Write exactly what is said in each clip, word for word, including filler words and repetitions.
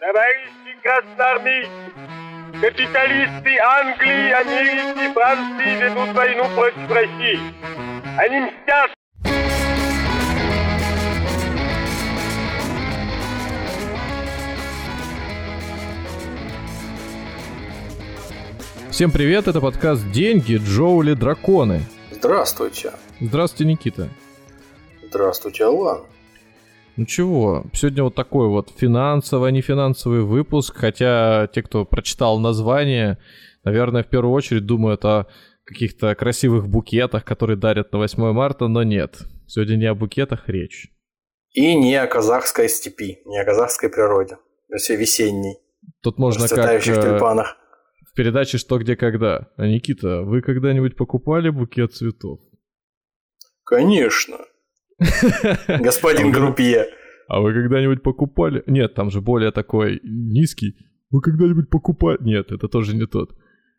Товарищи красноармейцы, капиталисты Англии, Америки, Франции ведут войну против России. Они мстят. Всем привет, это подкаст «Деньги, Джоули, драконы». Здравствуйте. Здравствуйте, Никита. Здравствуйте, Алан. Ну чего, сегодня вот такой вот финансово-нефинансовый выпуск, хотя те, кто прочитал название, наверное, в первую очередь думают о каких-то красивых букетах, которые дарят на восьмое марта, но нет, сегодня не о букетах речь. И не о казахской степи, не о казахской природе, вернее, весенней. Тут можно как тюльпанах. В передаче «Что, где, когда». А, Никита, вы когда-нибудь покупали букет цветов? Конечно. Господин Группье. А вы когда-нибудь покупали? Нет, там же более такой низкий. Вы когда-нибудь покупали? Нет, это тоже не тот.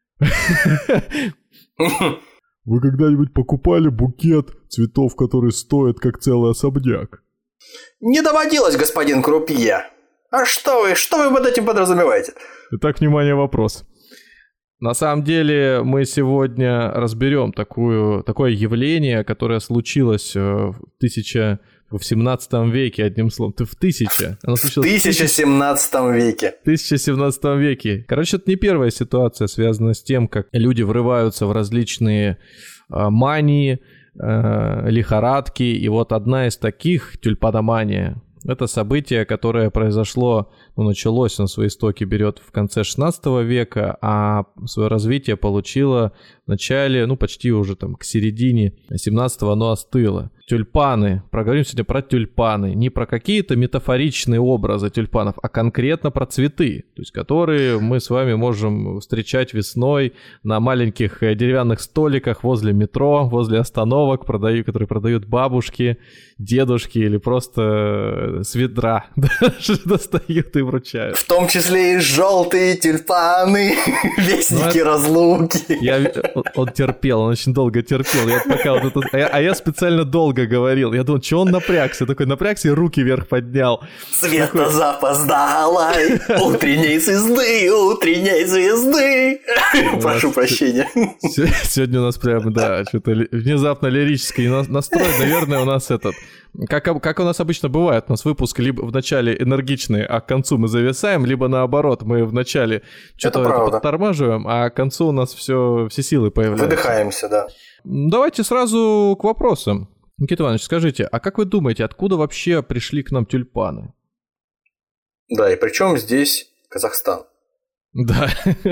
Вы когда-нибудь покупали букет цветов, который стоит как целый особняк? Не доводилось, господин Группье. А что вы, что вы под этим подразумеваете? Итак, внимание, вопрос. На самом деле мы сегодня разберем такую, такое явление, которое случилось в, тысяча, в семнадцатом веке, одним словом. Ты в тысяча. Оно в тысяча семнадцатом веке. В тысяча семнадцатом веке. Короче, это не первая ситуация, связанная с тем, как люди врываются в различные э, мании, э, лихорадки. И вот одна из таких, тюльпаномания, это событие, которое произошло, ну, началось, на свои истоки берет в конце шестнадцатого века, а свое развитие получило в начале, ну, почти уже там к середине семнадцатого оно остыло. Тюльпаны. Проговорим сегодня про тюльпаны. Не про какие-то метафоричные образы тюльпанов, а конкретно про цветы, то есть которые мы с вами можем встречать весной на маленьких деревянных столиках возле метро, возле остановок, продают, которые продают бабушки, дедушки или просто с ведра даже достают и вручают. В том числе и желтые тюльпаны, вестники ну, разлуки. Я, он терпел, он очень долго терпел. Я пока вот это, а, я, а я специально долго говорил. Я думал, что он напрягся? Такой напрягся и руки вверх поднял. Света такой... запоздалой, утренней звезды, утренней звезды. Прошу прощения. Сегодня у нас прям, да, что-то внезапно лирический настрой. Наверное, у нас этот... Как, как у нас обычно бывает, у нас выпуск либо в начале энергичный, а к концу мы зависаем, либо наоборот, мы в начале что-то подтормаживаем, а к концу у нас все, все силы появляются. Выдыхаемся, да. Давайте сразу к вопросам. Никита Иванович, скажите, а как вы думаете, откуда вообще пришли к нам тюльпаны? Да, и причем здесь Казахстан. Да.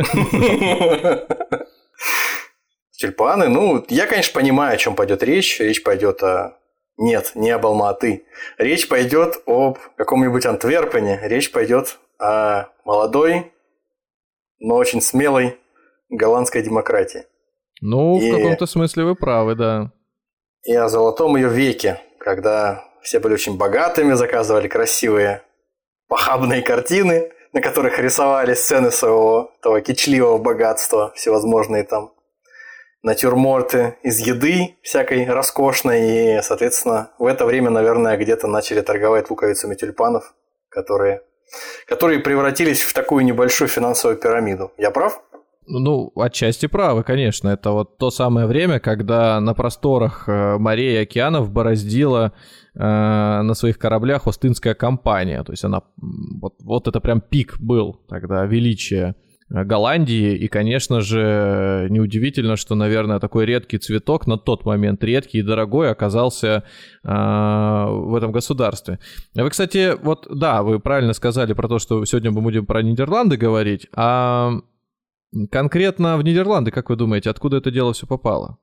Тюльпаны, ну, я, конечно, понимаю, о чем пойдет речь. Речь пойдет о... Нет, не об Алма-Аты. Речь пойдет об каком-нибудь Антверпене. Речь пойдет о молодой, но очень смелой голландской демократии. Ну, и... в каком-то смысле вы правы, да. И о золотом ее веке, когда все были очень богатыми, заказывали красивые похабные картины, на которых рисовали сцены своего того кичливого богатства, всевозможные там натюрморты из еды всякой роскошной, и, соответственно, в это время, наверное, где-то начали торговать луковицами тюльпанов, которые, которые превратились в такую небольшую финансовую пирамиду. Я прав? Ну, отчасти правы, конечно. Это вот то самое время, когда на просторах морей и океанов бороздила э, на своих кораблях Остинская компания. То есть она... Вот, вот это прям пик был тогда, величие Голландии, и, конечно же, неудивительно, что, наверное, такой редкий цветок, на тот момент редкий и дорогой, оказался э, в этом государстве. Вы, кстати, вот, да, вы правильно сказали про то, что сегодня мы будем про Нидерланды говорить, а конкретно в Нидерланды, как вы думаете, откуда это дело все попало?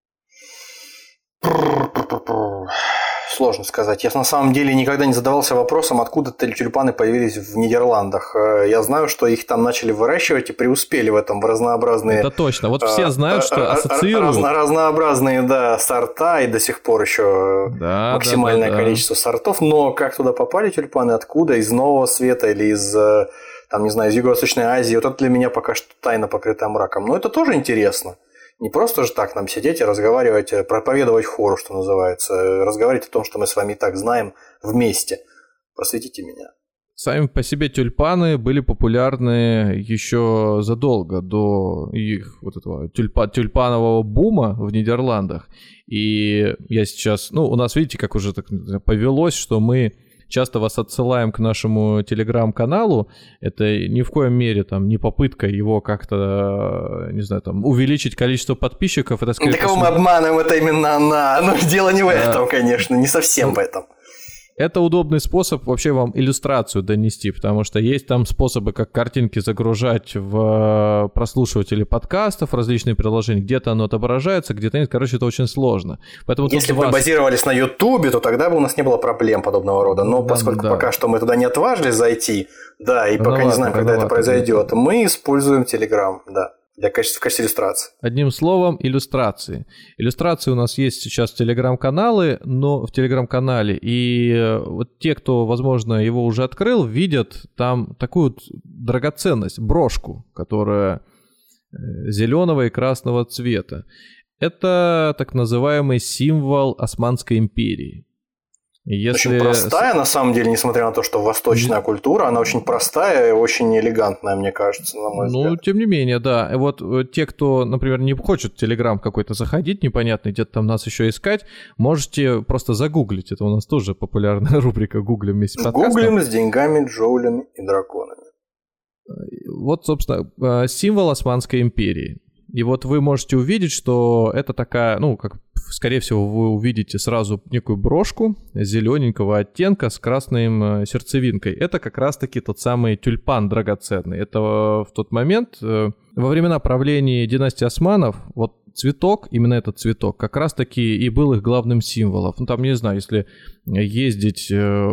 Сложно сказать. Я на самом деле никогда не задавался вопросом, откуда тюльпаны появились в Нидерландах. Я знаю, что их там начали выращивать и преуспели в этом в разнообразные... Это точно. Вот все знают, что ассоциируют... Разно- разнообразные, да, сорта и до сих пор еще да, максимальное да, да, количество да. сортов. Но как туда попали тюльпаны, откуда? Из Нового Света или из, там, не знаю, из Юго-Восточной Азии? Вот это для меня пока что тайна, покрытая мраком. Но это тоже интересно. Не просто же так нам сидеть и разговаривать, проповедовать хору, что называется, разговаривать о том, что мы с вами и так знаем вместе. Просветите меня. Сами по себе тюльпаны были популярны еще задолго до их вот этого тюльпа, тюльпанового бума в Нидерландах. И я сейчас, ну, у нас, видите, как уже так повелось, что мы часто вас отсылаем к нашему телеграм-каналу. Это ни в коем мере там не попытка его как-то, не знаю, там увеличить количество подписчиков. Это скорее да кого мы обманываем, это именно она. Но дело не в этом, конечно, не совсем в этом. Это удобный способ вообще вам иллюстрацию донести, потому что есть там способы, как картинки загружать в прослушиватели подкастов, различные приложения. Где-то оно отображается, где-то нет. Короче, это очень сложно. Поэтому если бы вас... мы базировались на Ютубе, то тогда бы у нас не было проблем подобного рода. Но да, поскольку да. пока что мы туда не отважились зайти, да, и рановато, пока не знаем, когда рановато, это произойдет, да. мы используем Телеграм, да. Для качества, в качестве иллюстрации. Одним словом, иллюстрации. Иллюстрации у нас есть сейчас телеграм-каналы, но в телеграм-канале. И вот те, кто, возможно, его уже открыл, видят там такую вот драгоценность, брошку, которая зеленого и красного цвета. Это так называемый символ Османской империи. Если... Очень простая, на самом деле, несмотря на то, что восточная культура, она очень простая и очень элегантная, мне кажется, на мой взгляд. Ну, тем не менее, да. Вот те, кто, например, не хочет в Телеграм какой-то заходить, непонятно, где-то там нас еще искать, можете просто загуглить. Это у нас тоже популярная рубрика «Гуглим» вместе с подкастом. Гуглим с деньгами, джоулями и драконами. Вот, собственно, символ Османской империи. И вот вы можете увидеть, что это такая, ну, как, скорее всего, вы увидите сразу некую брошку зелененького оттенка с красной сердцевинкой. Это как раз-таки тот самый тюльпан драгоценный. Это в тот момент, во времена правления династии Османов, вот цветок, именно этот цветок, как раз-таки и был их главным символом. Ну, там, не знаю, если ездить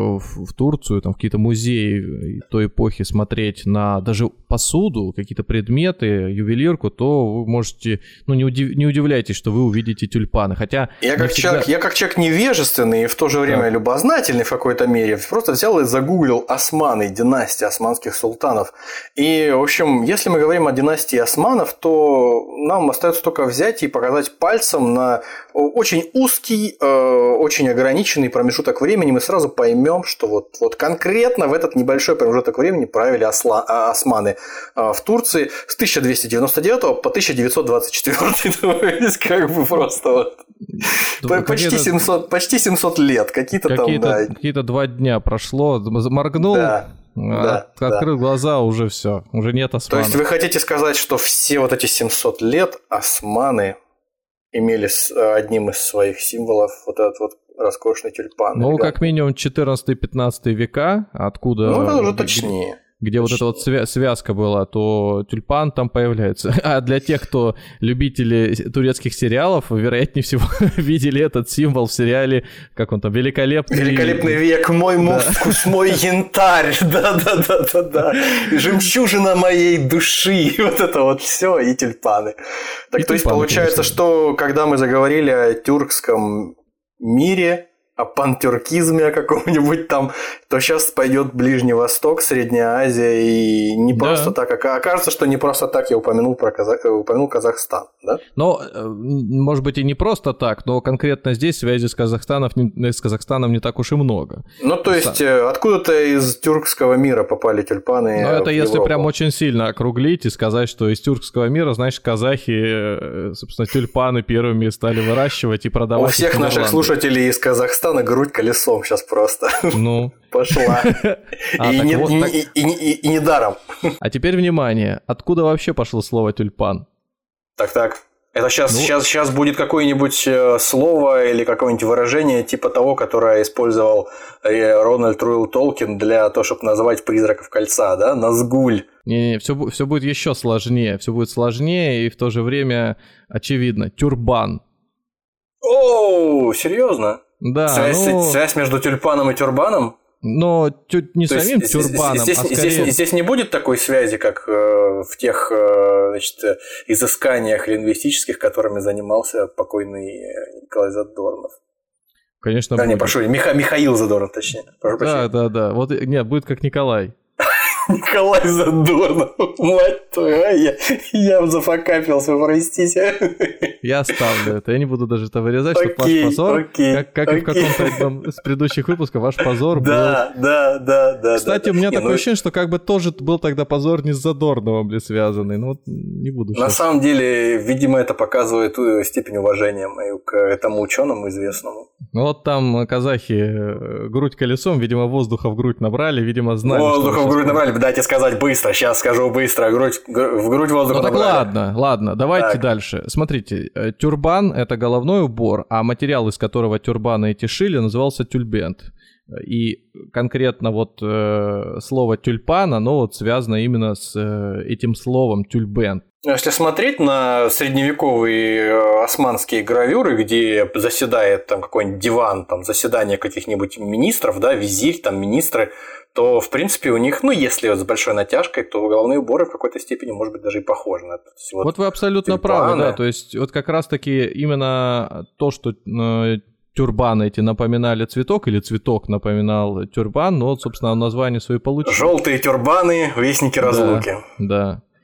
в Турцию, там, в какие-то музеи той эпохи, смотреть на даже посуду, какие-то предметы, ювелирку, то вы можете, ну, не, удив... не удивляйтесь, что вы увидите тюльпаны. Хотя я как, всегда... человек, я как человек невежественный и в то же время да. любознательный в какой-то мере, просто взял и загуглил Османы, династия османских султанов. И, в общем, если мы говорим о династии Османов, то нам остается только взять и показать пальцем на очень узкий, очень ограниченный промежуток времени, мы сразу поймем, что вот, вот конкретно в этот небольшой промежуток времени правили осла, османы в Турции с тысяча двести девяносто девятого по тысяча девятьсот двадцать четвёртый. Как бы просто вот. Почти семьсот, почти семьсот лет. Какие-то, какие-то там, да. Какие-то два дня прошло, моргнул. Да. Да, От, открыл да. глаза, уже все, уже нет османов. То есть вы хотите сказать, что все вот эти семьсот лет османы имели одним из своих символов вот этот вот роскошный тюльпан? Ну, элегантный. Как минимум четырнадцатый-пятнадцатый века, откуда... Ну, это уже точнее. Где вот эта вот свя- связка была, то тюльпан там появляется. А для тех, кто любители турецких сериалов, вероятнее всего, видели этот символ в сериале, как он там, «Великолепный...» «Великолепный век, мой мускус, да. мой янтарь, да-да-да-да-да, жемчужина моей души», вот это вот все и тюльпаны. Так, и то тюльпаны, есть получается, конечно. Что когда мы заговорили о тюркском мире, о пантюркизме каком-нибудь там, то сейчас пойдет Ближний Восток, Средняя Азия, и не просто да. так, а окажется, что не просто так я упомянул про Казах... упомянул Казахстан, да? Ну, может быть, и не просто так, но конкретно здесь связи с Казахстаном, с Казахстаном не так уж и много. Ну, то есть, Сам. откуда-то из тюркского мира попали тюльпаны. Ну, это в если Европу. Прям очень сильно округлить и сказать, что из тюркского мира, значит, казахи, собственно, тюльпаны первыми стали выращивать и продавать. У всех наших слушателей из Казахстана грудь колесом сейчас просто ну. пошла. А, и, не, вот и, так... и, и, и, и не даром. А теперь внимание. Откуда вообще пошло слово тюльпан? Так-так. Это сейчас, ну... сейчас, сейчас будет какое-нибудь слово или какое-нибудь выражение типа того, которое использовал Рональд Руэлл Толкин для того, чтобы назвать призраков кольца, да? Назгуль. Не-не, все, все будет еще сложнее. Все будет сложнее и в то же время очевидно. Тюрбан. Оу, серьезно? Да, связь, ну... связь между тюльпаном и тюрбаном? Но тю- не То самим есть, тюрбаном, здесь, а скорее... здесь, здесь не будет такой связи, как э, в тех э, значит, изысканиях лингвистических, которыми занимался покойный Николай Задорнов. Конечно, да, будет. Не, прошу, Миха- Михаил Задорнов, точнее. Прошу да, прощения. да, да. Вот, нет, будет как Николай. Николай Задорнов, мать твою, я, я зафакапился, простите. Я оставлю это, я не буду даже это вырезать, чтобы ваш позор, окей, как, как окей. и в каком-то одном из предыдущих выпусков, ваш позор был... Да, да, да, да. Кстати, да, у меня да. такое Не, ощущение, ну... что как бы тоже был тогда позор не с Задорновым ли связанный, ну вот не буду. На сейчас. самом деле, видимо, это показывает степень уважения мою к этому ученому известному. Ну вот там казахи грудь колесом, видимо, воздуха в грудь набрали, видимо, знали. Воздуха в грудь набрали, дайте сказать быстро, сейчас скажу быстро, грудь, в грудь воздуха ну, так набрали. ладно, ладно, давайте так. дальше. Смотрите, тюрбан — это головной убор, а материал, из которого тюрбаны эти шили, назывался тюльбент. И конкретно вот э, слово тюльпан, оно вот связано именно с э, этим словом тюльбент. Если смотреть на средневековые османские гравюры, где заседает там какой-нибудь диван, там заседание каких-нибудь министров, да, визирь, там министры, то, в принципе, у них, ну, если вот с большой натяжкой, то головные уборы в какой-то степени, может быть, даже и похожи на это. Вот, вот вы абсолютно тюльпаны. правы, да, то есть вот как раз-таки именно то, что... Э, тюрбаны эти напоминали цветок, или цветок напоминал тюрбан, но, собственно, название свое получило. Желтые тюрбаны, вестники разлуки. Да, да.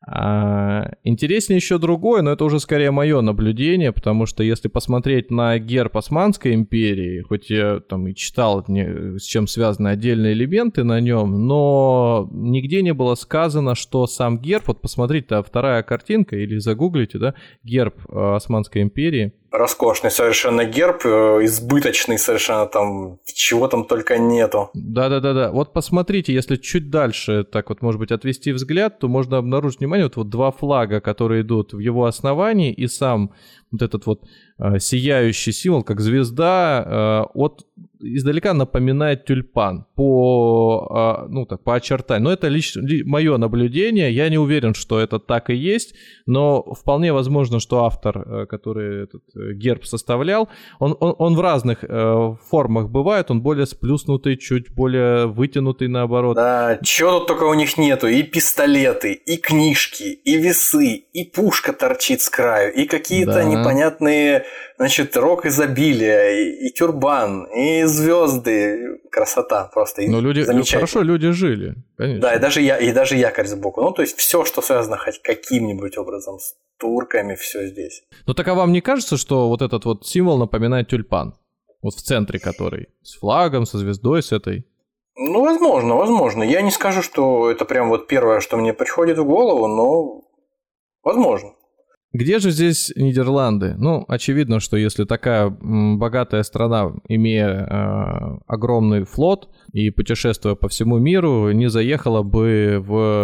А, интереснее еще другое, но это уже скорее мое наблюдение, потому что если посмотреть на герб Османской империи, хоть я там и читал, с чем связаны отдельные элементы на нем, но нигде не было сказано, что сам герб, вот посмотрите, вторая картинка, или загуглите, да, герб Османской империи. Роскошный совершенно герб, избыточный совершенно, там чего там только нету. Да-да-да-да. Вот посмотрите, если чуть дальше так вот, может быть, отвести взгляд, то можно обнаружить, внимание, вот, вот два флага, которые идут в его основании, и сам вот этот вот э, сияющий символ, как звезда, э, от издалека напоминает тюльпан по, э, ну, так, по очертанию. Но это лично ли, мое наблюдение, я не уверен, что это так и есть, но вполне возможно, что автор, э, который этот э, герб составлял, он, он, он в разных э, формах бывает, он более сплюснутый, чуть более вытянутый наоборот. Да, чего тут только у них нету, и пистолеты, и книжки, и весы, и пушка торчит с краю, и какие-то да. непонятные, значит, рог изобилия, и, и тюрбан, и звезды, красота просто. Но люди, хорошо люди жили, конечно. Да, и даже, я, и даже якорь сбоку. Ну, то есть все, что связано хоть каким-нибудь образом с турками, все здесь. Ну, так а вам не кажется, что вот этот вот символ напоминает тюльпан? Вот в центре который, с флагом, со звездой, с этой. Ну, возможно, возможно. Я не скажу, что это прям вот первое, что мне приходит в голову, но возможно. Где же здесь Нидерланды? Ну, очевидно, что если такая богатая страна, имея э, огромный флот и путешествуя по всему миру, не заехала бы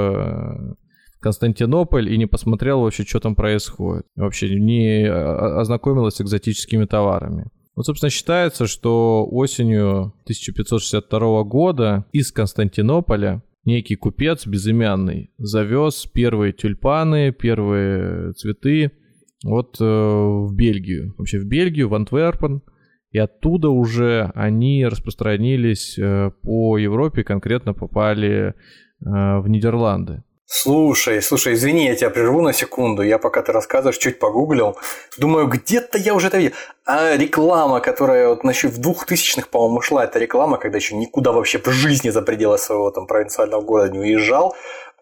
в Константинополь и не посмотрела вообще, что там происходит. Вообще не ознакомилась с экзотическими товарами. Вот, собственно, считается, что осенью тысяча пятьсот шестьдесят второго года из Константинополя некий купец безымянный завез первые тюльпаны, первые цветы вот э, в Бельгию. Вообще в Бельгию, в Антверпен. И оттуда уже они распространились э, по Европе, конкретно попали э, в Нидерланды. Слушай, слушай, извини, я тебя прерву на секунду. Я пока ты рассказываешь, чуть погуглил. Думаю, где-то я уже это видел. А реклама, которая вот насчет в двухтысячных, по-моему, шла, это реклама, когда еще никуда вообще в жизни за пределы своего там провинциального города не уезжал.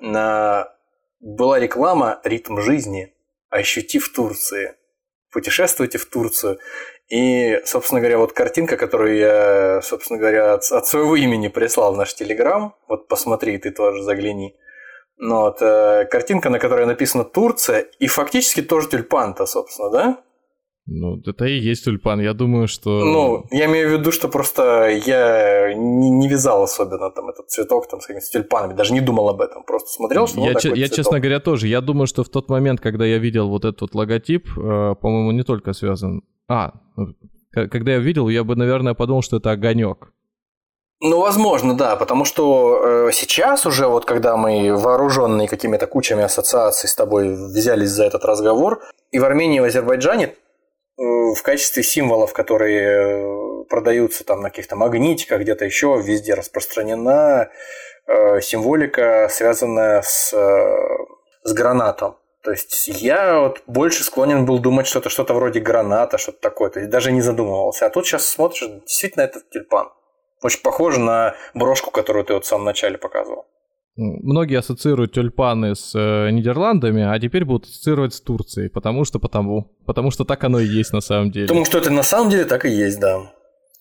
Была реклама «Ритм жизни. Ощути в Турции». Путешествуйте в Турцию. И, собственно говоря, вот картинка, которую я, собственно говоря, от, от своего имени прислал в наш Телеграм. Вот посмотри, ты тоже загляни. Ну, вот, э, картинка, на которой написано «Турция», и фактически тоже тюльпан-то, собственно, да? Ну, это и есть тюльпан, я думаю, что... Ну, я имею в виду, что просто я не, не вязал особенно там этот цветок там, с, с тюльпанами, даже не думал об этом, просто смотрел, что я, ну, че- я честно говоря, тоже, я думаю, что в тот момент, когда я видел вот этот вот логотип, э, по-моему, не только связан... А, когда я видел, я бы, наверное, подумал, что это огонек. Ну, возможно, да, потому что э, сейчас уже, вот когда мы вооруженные какими-то кучами ассоциаций с тобой взялись за этот разговор, и в Армении, и в Азербайджане э, в качестве символов, которые продаются там на каких-то магнитиках, где-то еще, везде распространена э, символика, связанная с, э, с гранатом. То есть я вот больше склонен был думать, что это что-то вроде граната, что-то такое, то есть даже не задумывался. А тут сейчас смотришь, действительно, это тюльпан. Очень похоже на брошку, которую ты вот в самом начале показывал. многие ассоциируют тюльпаны с э, Нидерландами, а теперь будут ассоциировать с Турцией, потому что потому, потому что так оно и есть на самом деле. Потому что это на самом деле так и есть, да.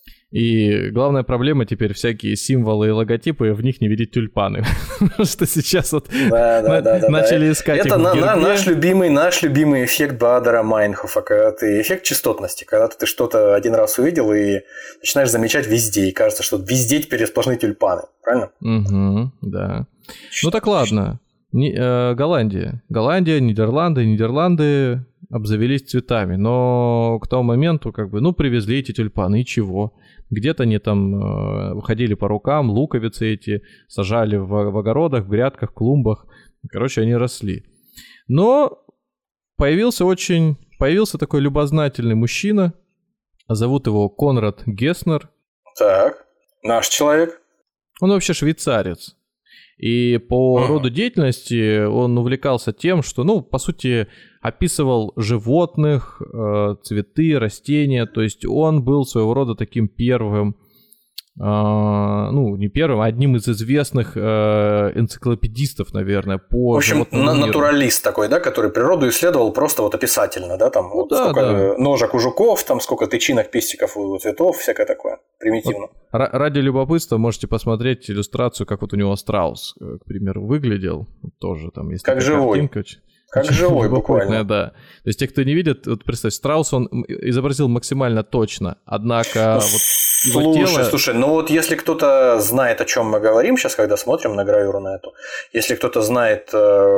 И главная проблема теперь всякие символы и логотипы, в них не видеть тюльпаны. Потому что сейчас вот да, да, да, да, начали да. искать это их на, в гербе. наш любимый, наш любимый эффект Баадера Майнхофа, когда ты эффект частотности, когда ты что-то один раз увидел и начинаешь замечать везде, и кажется, что везде теперь сплошные тюльпаны, правильно? Угу, да. Ну так ладно. Не, э, Голландия. Голландия, Нидерланды, Нидерланды обзавелись цветами, но к тому моменту как бы, ну, привезли эти тюльпаны, и чего? Где-то они там э, ходили по рукам, луковицы эти сажали в, в огородах, в грядках, клумбах. Короче, они росли. Но появился очень... Появился такой любознательный мужчина. Зовут его Конрад Геснер. Так, наш человек. Он вообще швейцарец. И по uh-huh. роду деятельности он увлекался тем, что, ну, по сути, описывал животных, э, цветы, растения. То есть он был своего рода таким первым, э, ну, не первым, а одним из известных э, энциклопедистов, наверное, по В общем, животному миру. Натуралист такой, да, который природу исследовал просто вот описательно, да, там ну, вот да, сколько да. ножек у жуков, там сколько тычинок, пестиков у цветов, всякое такое, примитивно. Вот, ради любопытства можете посмотреть иллюстрацию, как вот у него страус, к примеру, выглядел. Тоже там есть как живой. Картинка. Как очень живой буквально. Да. То есть те, кто не видит, вот представь, страус он изобразил максимально точно, однако вот его слушай, тело... слушай, ну вот если кто-то знает, о чем мы говорим сейчас, когда смотрим на гравюру на эту, если кто-то знает,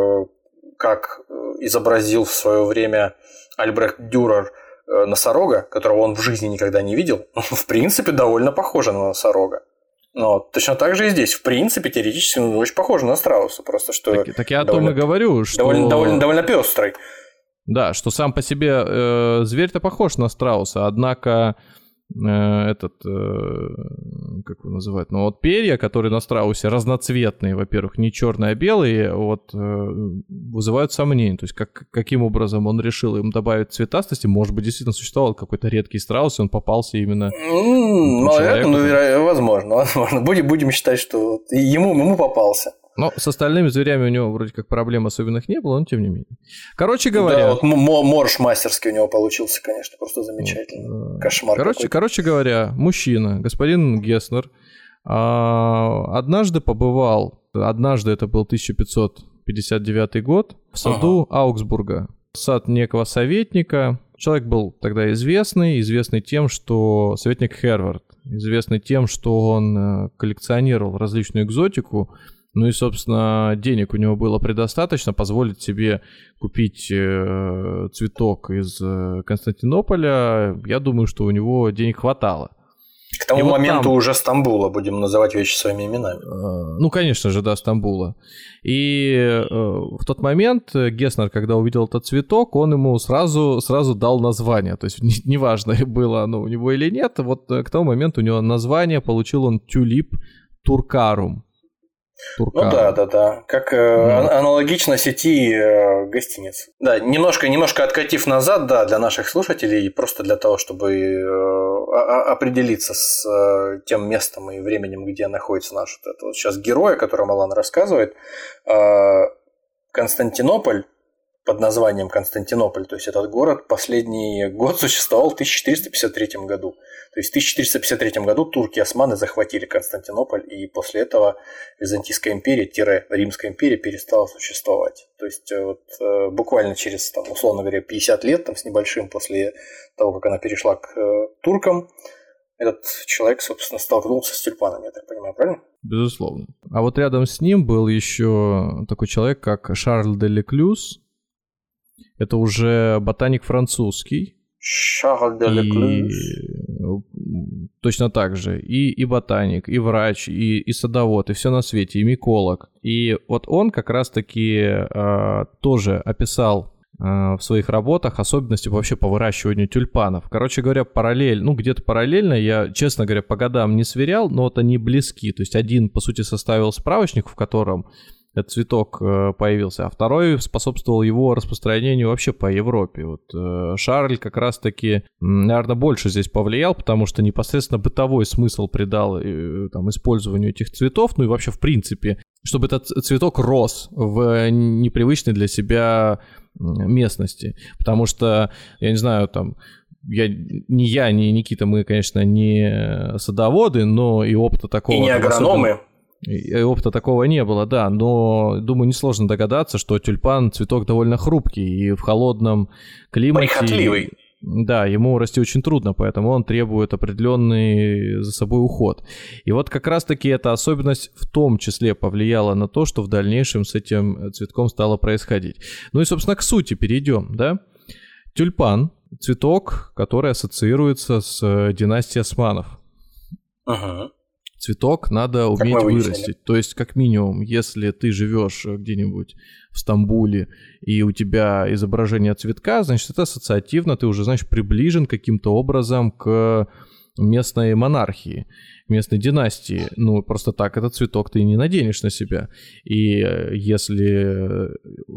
как изобразил в свое время Альбрехт Дюрер носорога, которого он в жизни никогда не видел, в принципе, довольно похоже на носорога. Но точно так же и здесь. В принципе, теоретически, ну, очень похоже на страуса. Просто что. Так, так я о том и говорю, что. Довольно, довольно, довольно пестрый. Да, что сам по себе э, зверь-то похож на страуса, однако э, этот. Э, как его называют? Ну, вот перья, которые на страусе разноцветные, во-первых, не черные, а белые, вот э, вызывают сомнения. То есть, как, каким образом он решил им добавить цветастости? Может быть, действительно существовал какой-то редкий страус, и он попался именно. Mm, маловероятно, но вероятно, возможно, возможно. Будем, будем считать, что ему, ему попался. Но с остальными зверями у него вроде как проблем особенных не было, но тем не менее. Короче говоря... Да, вот морж мастерский у него получился, конечно, просто замечательно. Вот, кошмар короче, короче говоря, мужчина, господин Геснер, однажды побывал, однажды это был тысяча пятьсот пятьдесят девятый год, в саду ага. Аугсбурга. Сад некого советника. Человек был тогда известный, известный тем, что... Советник Хервард, известный тем, что он коллекционировал различную экзотику. Ну и, собственно, денег у него было предостаточно позволить себе купить э, цветок из э, Константинополя. Я думаю, что у него денег хватало. К тому и моменту вот там, уже Стамбула, будем называть вещи своими именами. Э, ну, конечно же, да, Стамбула. И э, в тот момент Геснер, когда увидел этот цветок, он ему сразу, сразу дал название. То есть неважно, было оно у него или нет, вот к тому моменту у него название получил он тюлип туркарум. Турка. Ну да, да, да. Как э, mm. аналогично сети э, гостиниц. Да, немножко, немножко откатив назад, да, для наших слушателей, просто для того, чтобы э, определиться с э, тем местом и временем, где находится наш вот это вот сейчас герой, о котором Алан рассказывает. Э, Константинополь под названием Константинополь, то есть этот город последний год существовал в тысяча четыреста пятьдесят третьем году. То есть в тысяча четыреста пятьдесят третьем году турки-османы захватили Константинополь, и после этого Византийская империя-Римская империя перестала существовать. То есть вот, буквально через, там, условно говоря, пятьдесят лет там, с небольшим после того, как она перешла к туркам, этот человек, собственно, столкнулся с тюльпанами, я так понимаю, правильно? Безусловно. А вот рядом с ним был еще такой человек, как Шарль де Леклюз. Это уже ботаник французский. Шарль де Леклюз. Точно так же. И, и ботаник, и врач, и, и садовод, и все на свете, и миколог. И вот он как раз-таки э, тоже описал э, в своих работах особенности вообще по выращиванию тюльпанов. Короче говоря, параллель, ну где-то параллельно, я, честно говоря, по годам не сверял, но вот они близки. То есть один, по сути, составил справочник, в котором этот цветок появился, а второй способствовал его распространению вообще по Европе. Вот Шарль как раз-таки, наверное, больше здесь повлиял, потому что непосредственно бытовой смысл придал там, использованию этих цветов, ну и вообще, в принципе, чтобы этот цветок рос в непривычной для себя местности. Потому что, я не знаю, там, я, ни я, ни Никита, мы, конечно, не садоводы, но и опыта такого... И не агрономы. И опыта такого не было, да, но, думаю, несложно догадаться, что тюльпан цветок довольно хрупкий и в холодном климате... Прихотливый. Да, ему расти очень трудно, поэтому он требует определенный за собой уход. И вот как раз-таки эта особенность в том числе повлияла на то, что в дальнейшем с этим цветком стало происходить. Ну и, собственно, к сути перейдем, да. Тюльпан — цветок, который ассоциируется с династией османов. Ага. Цветок надо уметь вырастить. То есть, как минимум, если ты живешь где-нибудь в Стамбуле, и у тебя изображение цветка, значит, это ассоциативно, ты уже, значит, приближен каким-то образом к местной монархии, местной династии. Ну, просто так этот цветок ты не наденешь на себя. И если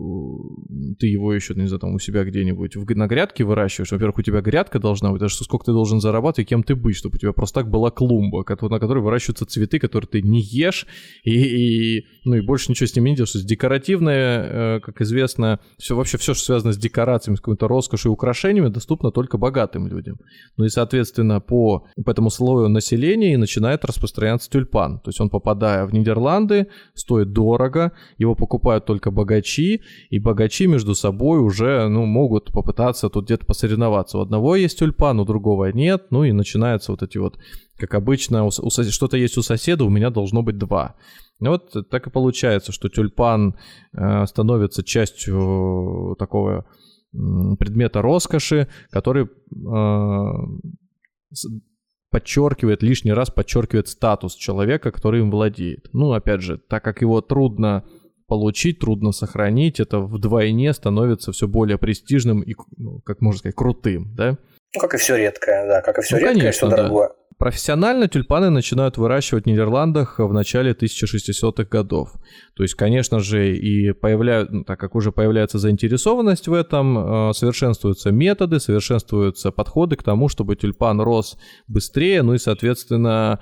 ты его еще, не знаю, там у себя где-нибудь в, на грядке выращиваешь, во-первых, у тебя грядка должна быть, даже сколько ты должен зарабатывать, кем ты быть, чтобы у тебя просто так была клумба, на которой выращиваются цветы, которые ты не ешь, и, и, ну, и больше ничего с ними не делаешь. То есть декоративное, как известно, все, вообще все, что связано с декорациями, с какой-то роскошью и украшениями, доступно только богатым людям. Ну и, соответственно, по, по этому слою населения и начинается начинает распространяться тюльпан. То есть он, попадая в Нидерланды, стоит дорого, его покупают только богачи, и богачи между собой уже, ну, могут попытаться тут где-то посоревноваться. У одного есть тюльпан, у другого нет, ну и начинаются вот эти вот, как обычно, у, у, что-то есть у соседа, у меня должно быть два. И вот так и получается, что тюльпан э, становится частью такого э, предмета роскоши, который... Э, подчеркивает, лишний раз подчеркивает статус человека, который им владеет. Ну, опять же, так как его трудно получить, трудно сохранить, это вдвойне становится все более престижным и, ну, как можно сказать, крутым, да? Ну, как и все редкое, да, как и все ну, редкое, конечно, все дорогое. Да. Профессионально тюльпаны начинают выращивать в Нидерландах в начале тысяча шестисотых годов. То есть, конечно же, и появляют, ну, так как уже появляется заинтересованность в этом, совершенствуются методы, совершенствуются подходы к тому, чтобы тюльпан рос быстрее, ну и, соответственно,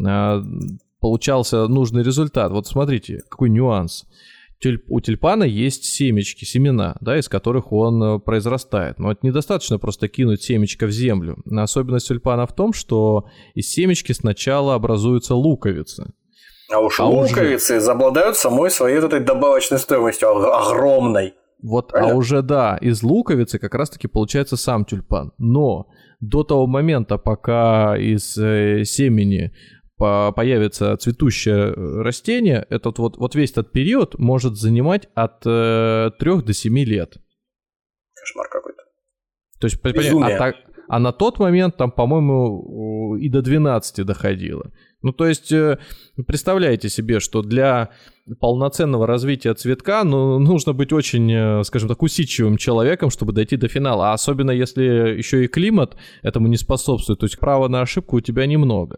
получался нужный результат. Вот смотрите, какой нюанс. У тюльпана есть семечки, семена, да, из которых он произрастает. Но это недостаточно просто кинуть семечко в землю. Особенность тюльпана в том, что из семечки сначала образуются луковицы. А уж а луковицы уже... обладают самой своей этой добавочной стоимостью огромной. Вот, правильно? А уже, да, из луковицы как раз-таки получается сам тюльпан. Но до того момента, пока из э, семени появится цветущее растение, этот вот, вот весь этот период может занимать от э, трёх до семи лет. Кошмар какой-то. То есть, а, а на тот момент там, по-моему, и до двенадцати доходило. Ну, то есть, представляете себе, что для полноценного развития цветка, ну, нужно быть очень, скажем так, усидчивым человеком, чтобы дойти до финала. А особенно, если еще и климат этому не способствует. То есть, права на ошибку у тебя немного.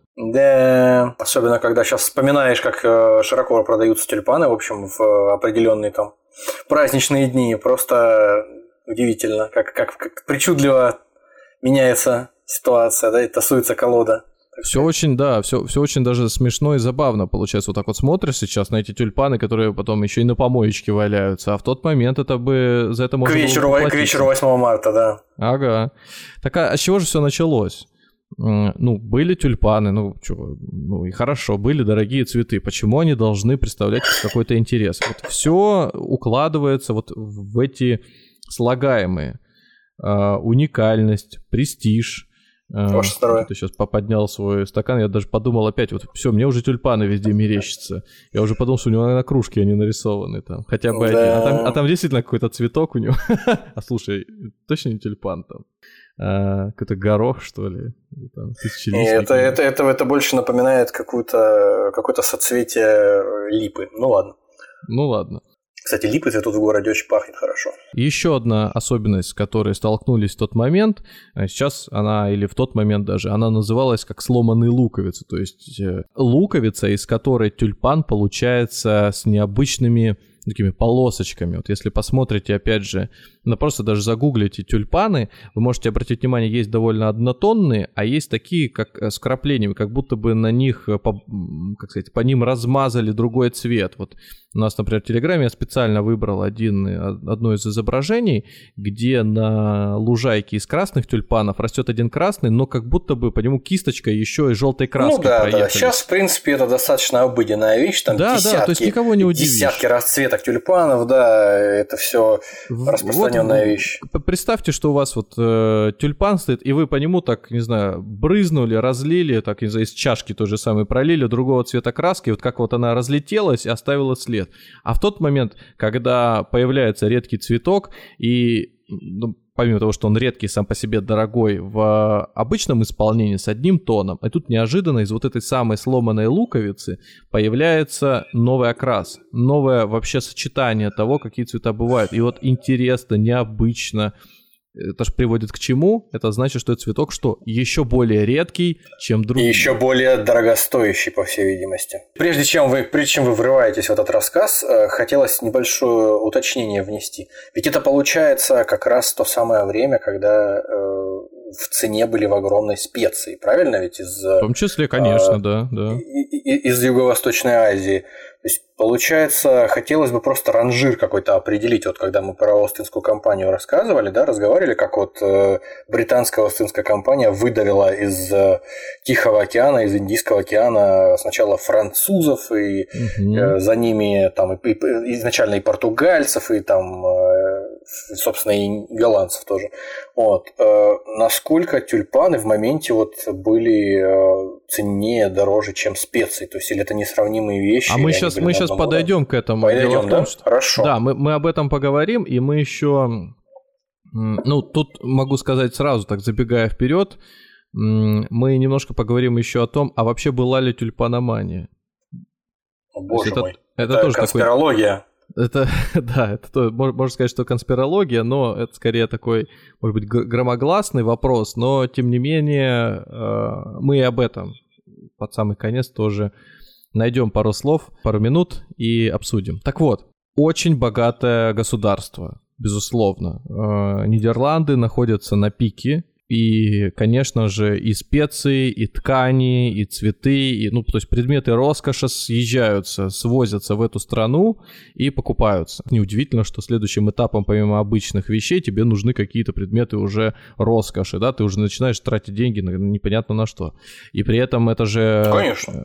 Да, особенно, когда сейчас вспоминаешь, как широко продаются тюльпаны, в общем, в определенные там праздничные дни. Просто удивительно, как, как, как причудливо меняется ситуация, да, и тасуется колода. Все очень, да, все, все очень даже смешно и забавно получается. Вот так вот смотришь сейчас на эти тюльпаны, которые потом еще и на помоечке валяются, а в тот момент это бы за это можно к вечеру, было к вечеру восьмого марта, да. Ага. Так а, а с чего же все началось? Ну, были тюльпаны, ну, чё, ну и хорошо, были дорогие цветы. Почему они должны представлять какой-то интерес? Вот все укладывается вот в эти слагаемые. Uh, уникальность, престиж. Uh, ты сейчас поднял свой стакан, я даже подумал опять, вот все, мне уже тюльпаны везде мерещатся. Я уже подумал, что у него на кружке они нарисованы там, хотя бы да. один. А там, а там действительно какой-то цветок у него. А слушай, точно не тюльпан там? А, какой-то горох, что ли? Там, это, это, это, это больше напоминает какую-то, какое-то соцветие липы. Ну ладно. Ну ладно. Кстати, липы цветут в городе, очень пахнет хорошо. Еще одна особенность, с которой столкнулись в тот момент, сейчас она, или в тот момент даже, она называлась как сломанные луковицы. То есть луковица, из которой тюльпан получается с необычными такими полосочками. Вот если посмотрите, опять же, ну просто даже загуглите тюльпаны, вы можете обратить внимание, есть довольно однотонные, а есть такие, как с краплениями, как будто бы на них, по, как сказать, по ним размазали другой цвет. Вот у нас, например, в Телеграме я специально выбрал один, одно из изображений, где на лужайке из красных тюльпанов растет один красный, но как будто бы по нему кисточкой еще и желтой краской ну, да, проехали. Да. Сейчас, в принципе, это достаточно обыденная вещь, там да, десятки, да, то есть никого не удивишь. Десятки расцветок тюльпанов, да, это все распространенная вот, вещь. Представьте, что у вас вот э, тюльпан стоит, и вы по нему так, не знаю, брызнули, разлили, так, не знаю, из чашки той же самой пролили, другого цвета краски, вот как вот она разлетелась и оставила след. А в тот момент, когда появляется редкий цветок, и ну, помимо того, что он редкий, сам по себе дорогой в обычном исполнении с одним тоном, и тут неожиданно из вот этой самой сломанной луковицы появляется новый окрас, новое вообще сочетание того, какие цвета бывают. И вот интересно, необычно. Это же приводит к чему? Это значит, что этот цветок что? Еще более редкий, чем другие. И еще более дорогостоящий, по всей видимости. Прежде чем вы, прежде чем вы врываетесь в этот рассказ, хотелось небольшое уточнение внести. Ведь это получается как раз то самое время, когда в цене были в огромной специи, правильно? Ведь из, в том числе, конечно, а, да, да. Из Юго-Восточной Азии. То есть, получается, хотелось бы просто ранжир какой-то определить. Вот когда мы про Остинскую компанию рассказывали, да, разговаривали, как вот э, британская Остинская компания выдавила из э, Тихого океана, из Индийского океана сначала французов, и угу. э, за ними там и, и, изначально и португальцев, и там, э, собственно, и голландцев тоже. Вот. Э, насколько тюльпаны в моменте вот были э, ценнее, дороже, чем специи? То есть, или это несравнимые вещи? А мы сейчас, мы сейчас подойдем к этому. Подойдем, да? Что... Хорошо. Да, мы, мы об этом поговорим, и мы еще... Ну, тут могу сказать сразу, так забегая вперед, мы немножко поговорим еще о том, а вообще была ли тюльпаномания? О, боже это, мой, это, это тоже конспирология. Такой... Это, да, это то, можно сказать, что конспирология, но это скорее такой, может быть, громогласный вопрос, но тем не менее мы и об этом под самый конец тоже найдем пару слов, пару минут и обсудим. Так вот, очень богатое государство, безусловно. Нидерланды находятся на пике. И, конечно же, и специи, и ткани, и цветы, и, ну, то есть предметы роскоши съезжаются, свозятся в эту страну и покупаются. Неудивительно, что следующим этапом, помимо обычных вещей, тебе нужны какие-то предметы уже роскоши, да, ты уже начинаешь тратить деньги на непонятно на что. И при этом это же... Конечно.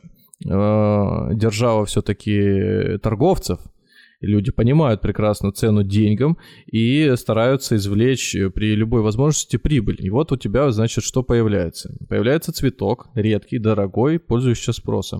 Держава все-таки торговцев. Люди понимают прекрасно цену деньгам и стараются извлечь при любой возможности прибыль. И вот у тебя, значит, что появляется? Появляется цветок, редкий, дорогой, пользующийся спросом.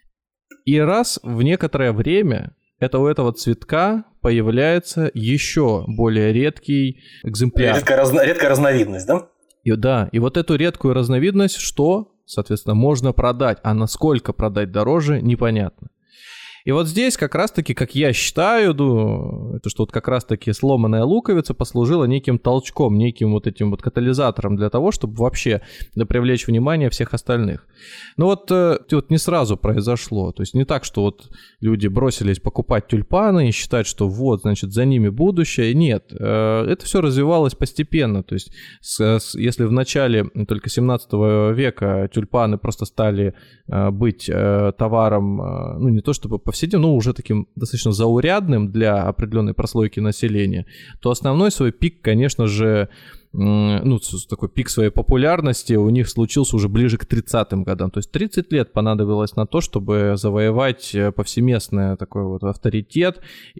И раз в некоторое время это у этого цветка появляется еще более редкий экземпляр. Редкая, разно... редкая разновидность, да? И, да, и вот эту редкую разновидность, что, соответственно, можно продать, а насколько продать дороже, непонятно. И вот здесь как раз-таки, как я считаю, ну, это что вот как раз-таки сломанная луковица послужила неким толчком, неким вот этим вот катализатором для того, чтобы вообще да, привлечь внимание всех остальных. Но вот, э, вот не сразу произошло, то есть не так, что вот люди бросились покупать тюльпаны и считать, что вот, значит, за ними будущее. Нет, э, это все развивалось постепенно, то есть с, с, если в начале только семнадцатого века тюльпаны просто стали э, быть э, товаром, э, ну не то чтобы по повседневным, но уже таким достаточно заурядным для определенной прослойки населения, то основной свой пик, конечно же, ну, такой пик своей популярности у них случился уже ближе к тридцатым годам. То есть тридцать лет понадобилось на то, чтобы завоевать повсеместный такой вот авторитет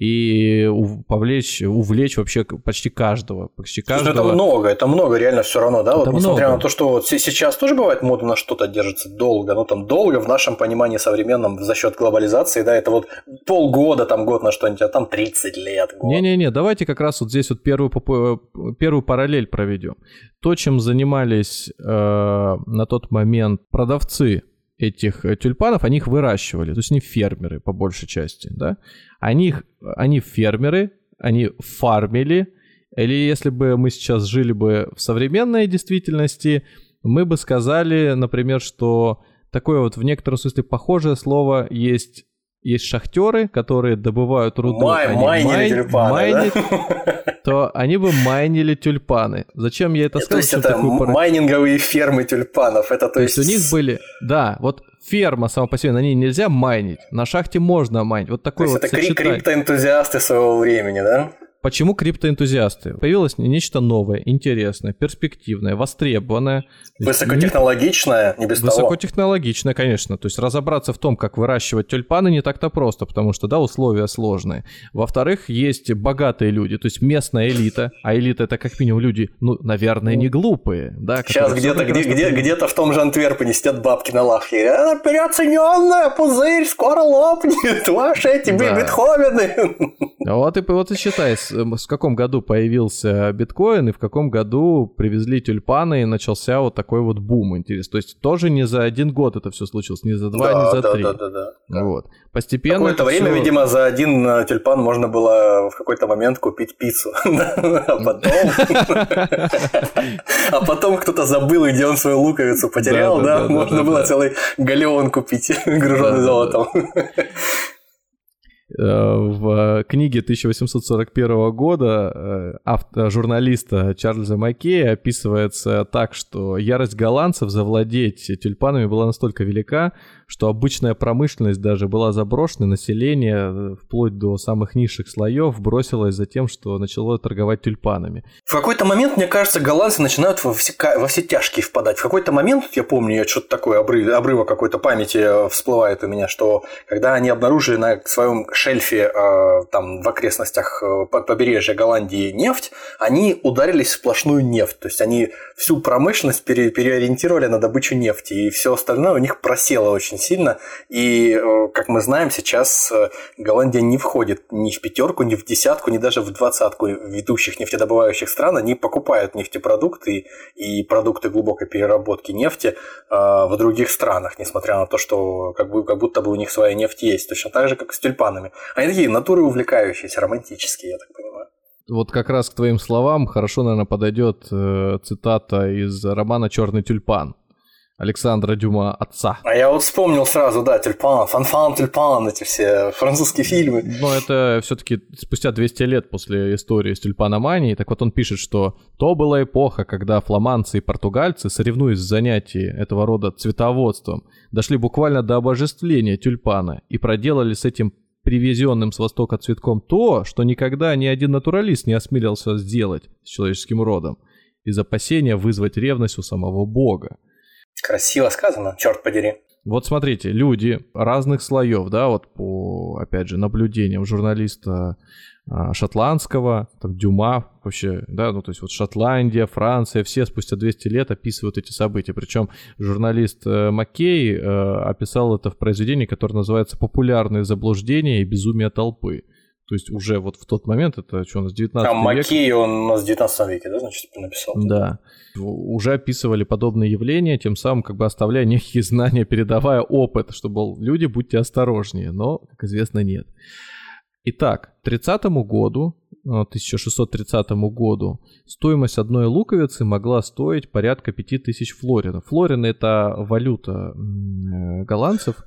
и повлечь, увлечь вообще почти каждого. Почти каждого. Это много, это много реально все равно, да? Вот, несмотря много. на то, что вот сейчас тоже бывает мода на что-то держится долго, но там долго в нашем понимании современном за счет глобализации, да, это вот полгода, там год на что-нибудь, а там тридцать лет. Год. Не-не-не, давайте как раз вот здесь вот первую, первую параллель проведем. Ведем. То, чем занимались э, на тот момент продавцы этих тюльпанов, они их выращивали, то есть они фермеры по большей части, да? Они, они фермеры, они фармили, или если бы мы сейчас жили бы в современной действительности, мы бы сказали, например, что такое вот в некотором смысле похожее слово есть есть шахтеры, которые добывают руду, Май, они майнили майн, тюльпаны, майнят, да? то они бы майнили тюльпаны. Зачем я это сказал? То есть это такую... майнинговые фермы тюльпанов. Это, то, то есть... есть у них были... Да, вот ферма сама по себе, на ней нельзя майнить. На шахте можно майнить. Вот такой то вот есть это сочетание. криптоэнтузиасты своего времени, да? Почему криптоэнтузиасты? Появилось нечто новое, интересное, перспективное, востребованное. Высокотехнологичное, не без того. Высокотехнологичное, конечно. То есть разобраться в том, как выращивать тюльпаны, не так-то просто, потому что, да, условия сложные. Во-вторых, есть богатые люди, то есть местная элита. А элита — это как минимум люди, ну, наверное, не глупые. Да, сейчас где-то, где, где, где-то в том же Антверпене сидят бабки на лавке. Она переоцененная, пузырь, скоро лопнет. Ваши эти да. Бетховены. Вот и, вот и считай, в каком году появился биткоин и в каком году привезли тюльпаны и начался вот такой вот бум, интересно. То есть тоже не за один год это все случилось, не за два, да, не за да, три. Да, да, да, да. Вот. Постепенно. Какое-то время, все... видимо, за один тюльпан можно было в какой-то момент купить пиццу. А потом... А потом кто-то забыл, где он свою луковицу потерял, да? Можно было целый галеон купить, груженный золотом. В книге тысяча восемьсот сорок первого года автор, журналиста Чарльза Маккея описывается так, что ярость голландцев завладеть тюльпанами была настолько велика, что обычная промышленность даже была заброшена, население вплоть до самых низших слоев бросилось за тем, что начало торговать тюльпанами. В какой-то момент, мне кажется, голландцы начинают во все, во все тяжкие впадать. В какой-то момент, я помню, я что-то такое, обрыв, обрывок какой-то памяти всплывает у меня, что когда они обнаружили на своем шельфе там, в окрестностях побережья Голландии нефть, они ударились в сплошную нефть. То есть они всю промышленность пере, переориентировали на добычу нефти, и все остальное у них просело очень сильно. И, как мы знаем, сейчас Голландия не входит ни в пятерку, ни в десятку, ни даже в двадцатку ведущих нефтедобывающих стран. Они покупают нефтепродукты и продукты глубокой переработки нефти в других странах, несмотря на то, что как, бы, как будто бы у них своя нефть есть. Точно так же, как и с тюльпанами. Они такие натуры увлекающиеся, романтические, я так понимаю. Вот как раз к твоим словам хорошо, наверное, подойдет э, цитата из романа «Черный тюльпан» Александра Дюма отца. А я вот вспомнил сразу, да, тюльпан, фанфан, тюльпан, эти все французские фильмы. Но это все-таки спустя двести лет после истории с тюльпаноманией. Так вот он пишет, что то была эпоха, когда фламандцы и португальцы, соревнуясь в занятии этого рода цветоводством, дошли буквально до обожествления тюльпана и проделали с этим привезенным с востока цветком то, что никогда ни один натуралист не осмелился сделать с человеческим родом, из опасения вызвать ревность у самого Бога. Красиво сказано, черт подери. Вот смотрите, люди разных слоев, да, вот по, опять же, наблюдениям журналиста а, шотландского, там, Дюма вообще, да, ну, то есть вот Шотландия, Франция, все спустя двести лет описывают эти события. Причем журналист э, Маккей э, описал это в произведении, которое называется «Популярные заблуждения и безумие толпы». То есть уже вот в тот момент, это что у нас, девятнадцатый век. А Маккей он у нас в девятнадцатом веке, да, значит, написал? Да. Уже описывали подобные явления, тем самым как бы оставляя некие знания, передавая опыт, что, мол, люди, будьте осторожнее, но, как известно, нет. Итак, к тридцатому году, тысяча шестьсот тридцатому году стоимость одной луковицы могла стоить порядка пяти тысяч флоринов. Флорины — это валюта голландцев,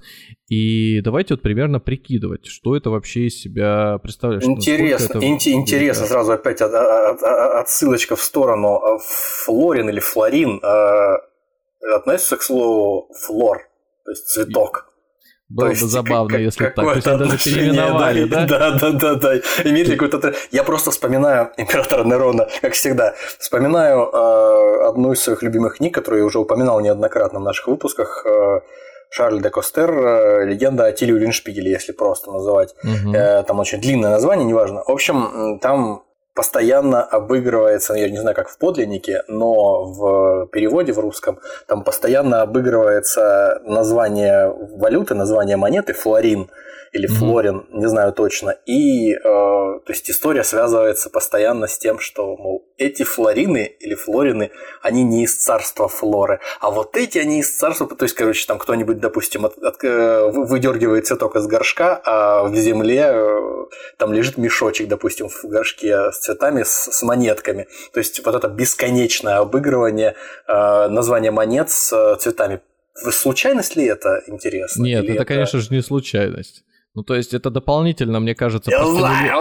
и давайте вот примерно прикидывать, что это вообще из себя представляет. Интересно, ин- интересно, сразу опять от, от, от, отсылочка в сторону. Флорин или флорин э, относится к слову флор, то есть цветок. Было бы забавно, как, если так. То есть они даже переименовали, да? Да, да, да, да. Имеет какой-то... Я просто вспоминаю императора Нерона, как всегда. Вспоминаю э, одну из своих любимых книг, которую я уже упоминал неоднократно в наших выпусках. Э, Шарль де Костер «Легенда о Тиле Уллиншпигеле», если просто называть. Угу. Э, там очень длинное название, неважно. В общем, там постоянно обыгрывается, я не знаю, как в подлиннике, но в переводе в русском там постоянно обыгрывается название валюты, название монеты флорин или флорин, mm-hmm. не знаю точно. И э, то есть история связывается постоянно с тем, что, мол, эти флорины или флорины, они не из царства Флоры, а вот эти они из царства, то есть, короче, там кто-нибудь, допустим, от, от, выдергивает цветок из горшка, а в земле э, там лежит мешочек, допустим, в горшке с цветами, с, с монетками. То есть вот это бесконечное обыгрывание э, названия монет с цветами. Случайность ли это, интересно? Нет, Или это, это, конечно же, не случайность. Ну, то есть это дополнительно, мне кажется... Я знаю!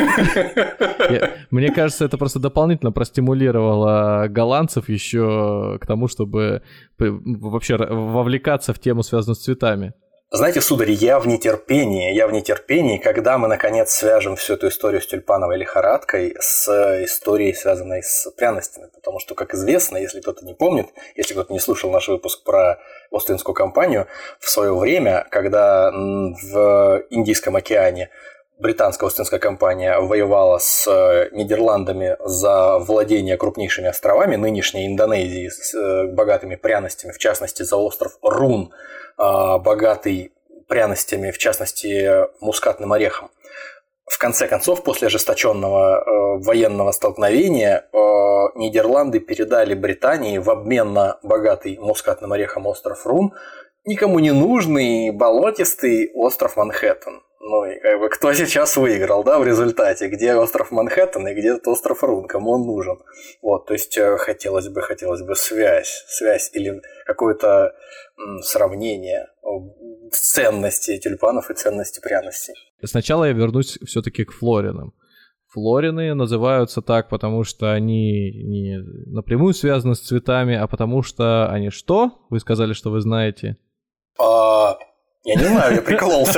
Мне кажется, это просто дополнительно простимулировало голландцев еще к тому, чтобы вообще вовлекаться в тему, связанную с цветами. Знаете, сударь, я в нетерпении, я в нетерпении, когда мы, наконец, свяжем всю эту историю с тюльпановой лихорадкой с историей, связанной с пряностями. Потому что, как известно, если кто-то не помнит, если кто-то не слушал наш выпуск про Ост-Индскую компанию, в свое время, когда в Индийском океане британская Ост-Индская компания воевала с Нидерландами за владение крупнейшими островами нынешней Индонезии с богатыми пряностями, в частности, за остров Рун, богатый пряностями, в частности, мускатным орехом. В конце концов, после ожесточенного военного столкновения, Нидерланды передали Британии в обмен на богатый мускатным орехом остров Рун никому не нужный болотистый остров Манхэттен. Ну и как бы кто сейчас выиграл, да, в результате, где остров Манхэттен и где остров Рун, кому он нужен. Вот, то есть хотелось бы, хотелось бы связь, связь или какое-то м, сравнение ценности тюльпанов и ценности пряностей. Сначала я вернусь все-таки к флоринам. Флорины называются так, потому что они не напрямую связаны с цветами, а потому что они что? Вы сказали, что вы знаете. А... Я не знаю, я прикололся.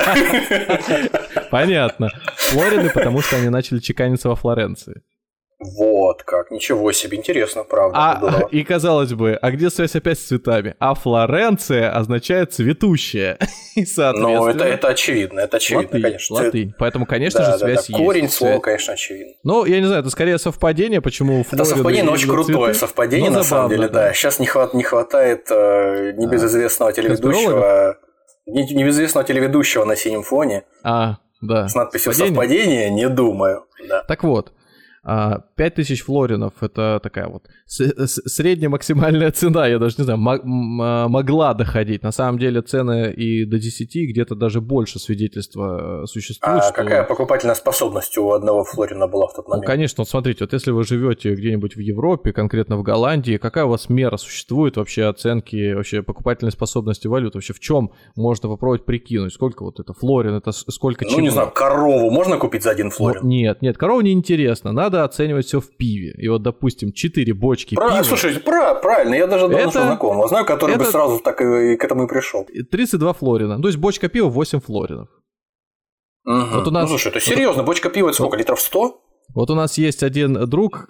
Понятно. Флорины, потому что они начали чеканиться во Флоренции. Вот как, ничего себе, интересно, правда. А, и казалось бы, а где связь опять с цветами? А Флоренция означает цветущая. И, соответственно... Ну, это, это очевидно, это очевидно, латынь, конечно. Латынь. Поэтому, конечно да, же, да, связь да. есть. Корень слова, конечно, очевидно. Ну, я не знаю, это скорее совпадение, почему Флорины... Это совпадение, но очень крутое совпадение, на самом деле, да. Сейчас не, хват, не хватает э, небезызвестного телеведущего... Небезызвестного телеведущего на синем фоне. А, да. С надписью «Совпадение», совпадение не думаю. Да. Так вот, пять тысяч флоринов – это такая вот средняя максимальная цена, я даже не знаю, могла доходить. На самом деле цены и до десяти, где-то даже больше свидетельства существуют. А что... какая покупательная способность у одного флорина была в тот момент? Ну, конечно, вот смотрите, вот если вы живете где-нибудь в Европе, конкретно в Голландии, какая у вас мера существует вообще оценки вообще покупательной способности валют? Вообще в чем можно попробовать прикинуть? Сколько вот это флорин, это сколько чего? Ну, не знаю, корову можно купить за один флорин? Ну, нет, нет, корову неинтересно, надо оценивать все в пиве. И вот, допустим, четыре бочки Про... пива... Слушай, про... правильно, я даже давно это... знакомого знаю, который это... бы сразу так и к этому и пришел. тридцать два флорина. То есть бочка пива восемь флоринов. Угу. Вот у нас... Ну, слушай, это серьезно, бочка пива это сколько, литров сто? Вот у нас есть один друг,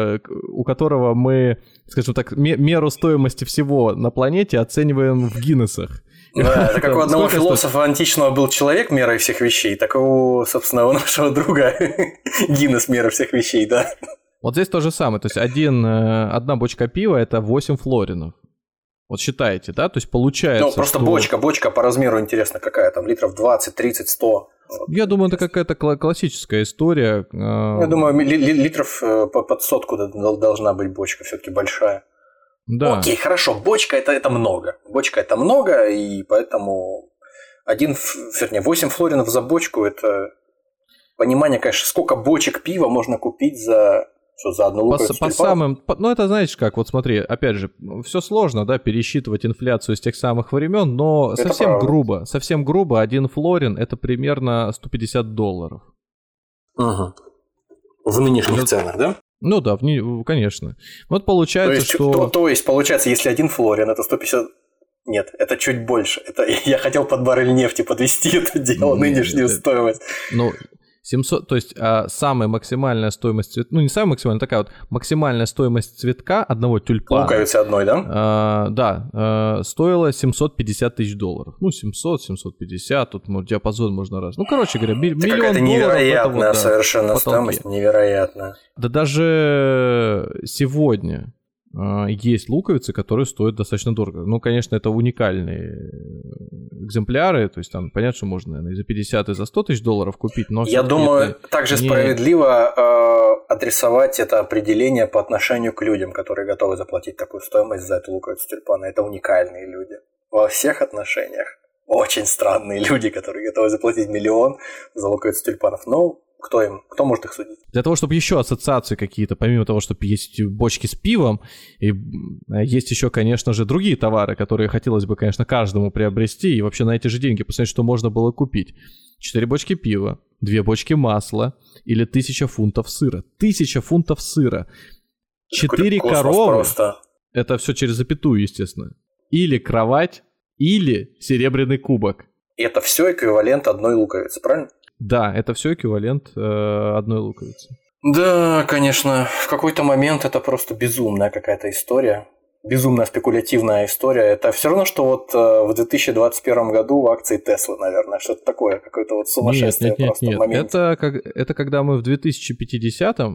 у которого мы, скажем так, меру стоимости всего на планете оцениваем в Гиннесах. Да, это как у одного философа античного был человек мерой всех вещей, так у, собственно, у нашего друга Гиннес мера всех вещей, да. Вот здесь то же самое, то есть один, одна бочка пива – это восемь флоринов. Вот считаете, да? То есть получается, Ну, просто что... бочка, бочка по размеру интересно какая, там литров двадцать, тридцать, сто. Я думаю, это какая-то классическая история. Я думаю, ли- ли- литров под сотку должна быть бочка, все-таки большая. Да. Окей, хорошо, бочка это, это много. Бочка это много, и поэтому один, вернее, восемь флоринов за бочку это понимание, конечно, сколько бочек пива можно купить за, что, за одну луковицу по, по самым, по, ну это знаешь как, вот смотри, опять же, все сложно, да, пересчитывать инфляцию с тех самых времен, но это совсем правда. грубо, совсем грубо, один флорин это примерно сто пятьдесят долларов. Угу. В нынешних ну, ценах, да? Ну да, в, конечно. Вот получается, то есть, что... То, то есть, получается, если один флорин, это сто пятьдесят... Нет, это чуть больше. Это я хотел под баррель нефти подвести это дело, Нет, нынешнюю это... стоимость. Ну, семьсот, то есть а, самая максимальная стоимость цветка, ну не самая максимальная, такая вот максимальная стоимость цветка одного тюльпана. Луковицы одной, да? А, да, а, стоила семьсот пятьдесят тысяч долларов. Ну, семьсот, семьсот пятьдесят, тут ну, диапазон можно раз. Ну, короче говоря, ми- миллион долларов. Это невероятная вот, да, совершенно стоимость, невероятная. Да даже сегодня есть луковицы, которые стоят достаточно дорого. Ну, конечно, это уникальные экземпляры, то есть там понятно, что можно, наверное, и за пятьдесят, и за сто тысяч долларов купить, но... Я думаю, также не... справедливо э, адресовать это определение по отношению к людям, которые готовы заплатить такую стоимость за эту луковицу тюльпана. Это уникальные люди во всех отношениях. Очень странные люди, которые готовы заплатить миллион за луковицу тюльпанов. Ну, Кто им? Кто может их судить? Для того, чтобы еще ассоциации какие-то, помимо того, чтобы есть бочки с пивом, и есть еще, конечно же, другие товары, которые хотелось бы, конечно, каждому приобрести, и вообще на эти же деньги посмотреть, что можно было купить. Четыре бочки пива, две бочки масла или тысяча фунтов сыра. Тысяча фунтов сыра. Четыре коровы. Просто. Это все через запятую, естественно. Или кровать, или серебряный кубок. И это все эквивалент одной луковицы, правильно? Да, это все эквивалент э, одной луковицы. Да, конечно, в какой-то момент это просто безумная какая-то история. Безумная спекулятивная история. Это все равно, что вот э, в две тысячи двадцать первом году акции Теслы, наверное, что-то такое, какое-то вот сумасшествие нет, нет, просто нет, в моменте. Это, как, это когда мы в две тысячи пятидесятом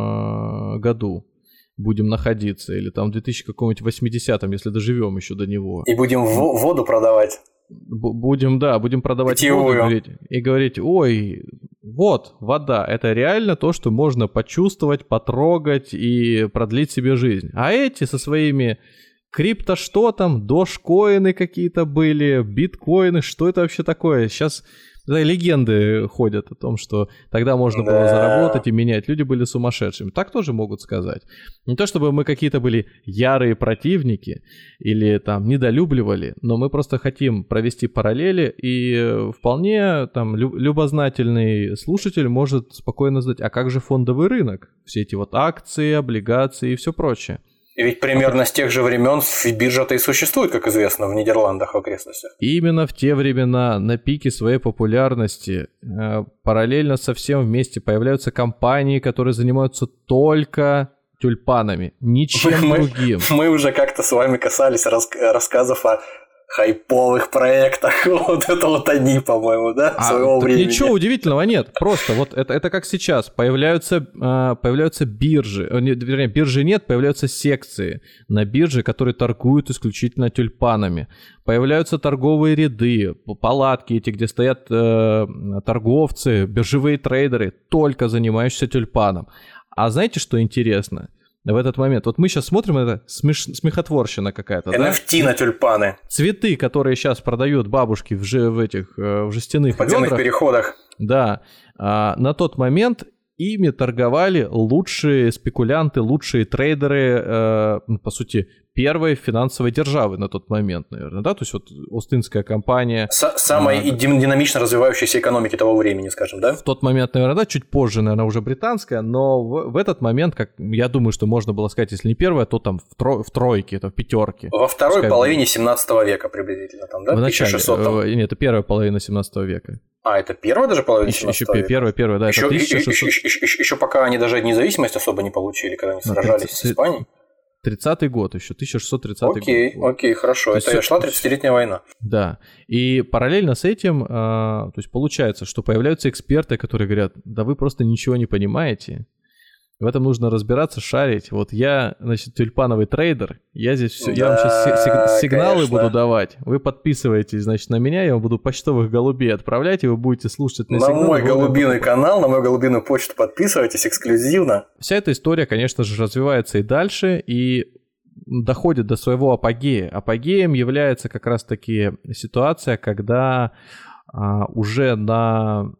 э, году будем находиться, или там в две тысячи восьмидесятом, если доживем еще до него. И будем в- воду продавать. Будем, да, будем продавать Питьевую. воду и говорить, и говорить, ой, вот, вода, это реально то, что можно почувствовать, потрогать и продлить себе жизнь. А эти со своими крипто что там, дошкоины какие-то были, биткоины, что это вообще такое? Сейчас да, легенды ходят о том, что тогда можно было да. заработать и менять. Люди были сумасшедшими. Так тоже могут сказать. Не то чтобы мы какие-то были ярые противники или там недолюбливали, но мы просто хотим провести параллели, и вполне там любознательный слушатель может спокойно задать, а как же фондовый рынок? Все эти вот акции, облигации и все прочее. И ведь примерно с тех же времен биржа-то и существует, как известно, в Нидерландах, в окрестностях. Именно в те времена на пике своей популярности э, параллельно со всем вместе появляются компании, которые занимаются только тюльпанами, ничем мы, другим. Мы уже как-то с вами касались рас- рассказов о хайповых проектах. Вот это вот они, по-моему, да, а, своего времени. Ничего удивительного нет. Просто вот это, это как сейчас. Появляются, появляются биржи. Вернее, биржи нет, появляются секции на бирже, которые торгуют исключительно тюльпанами. Появляются торговые ряды, палатки эти, где стоят э, торговцы, биржевые трейдеры, только занимающиеся тюльпаном. А знаете, что интересно? В этот момент. Вот мы сейчас смотрим, это смеш... смехотворщина какая-то, эн эф ти да? на тюльпаны. Цветы, которые сейчас продают бабушки в, ж... в этих в жестяных в подземных ведрах, переходах. Да. А, на тот момент ими торговали лучшие спекулянты, лучшие трейдеры, э, по сути, первой финансовой державы на тот момент, наверное, да? То есть вот Остинская компания... С- самой а, динамично развивающейся экономики того времени, скажем, да? В тот момент, наверное, да, чуть позже, наверное, уже британская, но в, в этот момент, как я думаю, что можно было сказать, если не первая, то там в, тро- в тройке, это в пятерке. Во второй Пускай половине семнадцатого века приблизительно, там, да? В начале, тысяча шестисотом. Нет, это первая половина семнадцатого века. А, это первая даже половина еще, семнадцатого еще века? Первая, первая, да, еще, это тысяча шестьсот... еще, еще, еще, еще пока они даже независимость особо не получили, когда они сражались тридцать, с Испанией. тридцатый год еще, тысяча шестьсот тридцатый окей, год. Окей, хорошо, то это все... шла тридцатилетняя война. Да, и параллельно с этим, то есть получается, что появляются эксперты, которые говорят, да вы просто ничего не понимаете. В этом нужно разбираться, шарить. Вот я, значит, тюльпановый трейдер, я здесь все, да, я вам сейчас сигналы конечно. буду давать. Вы подписываетесь, значит, на меня, я вам буду почтовых голубей отправлять, и вы будете слушать на, на сигналы. На мой голубиный буду... канал, на мою голубиную почту подписывайтесь эксклюзивно. Вся эта история, конечно же, развивается и дальше, и доходит до своего апогея. Апогеем является как раз-таки ситуация, когда а, уже на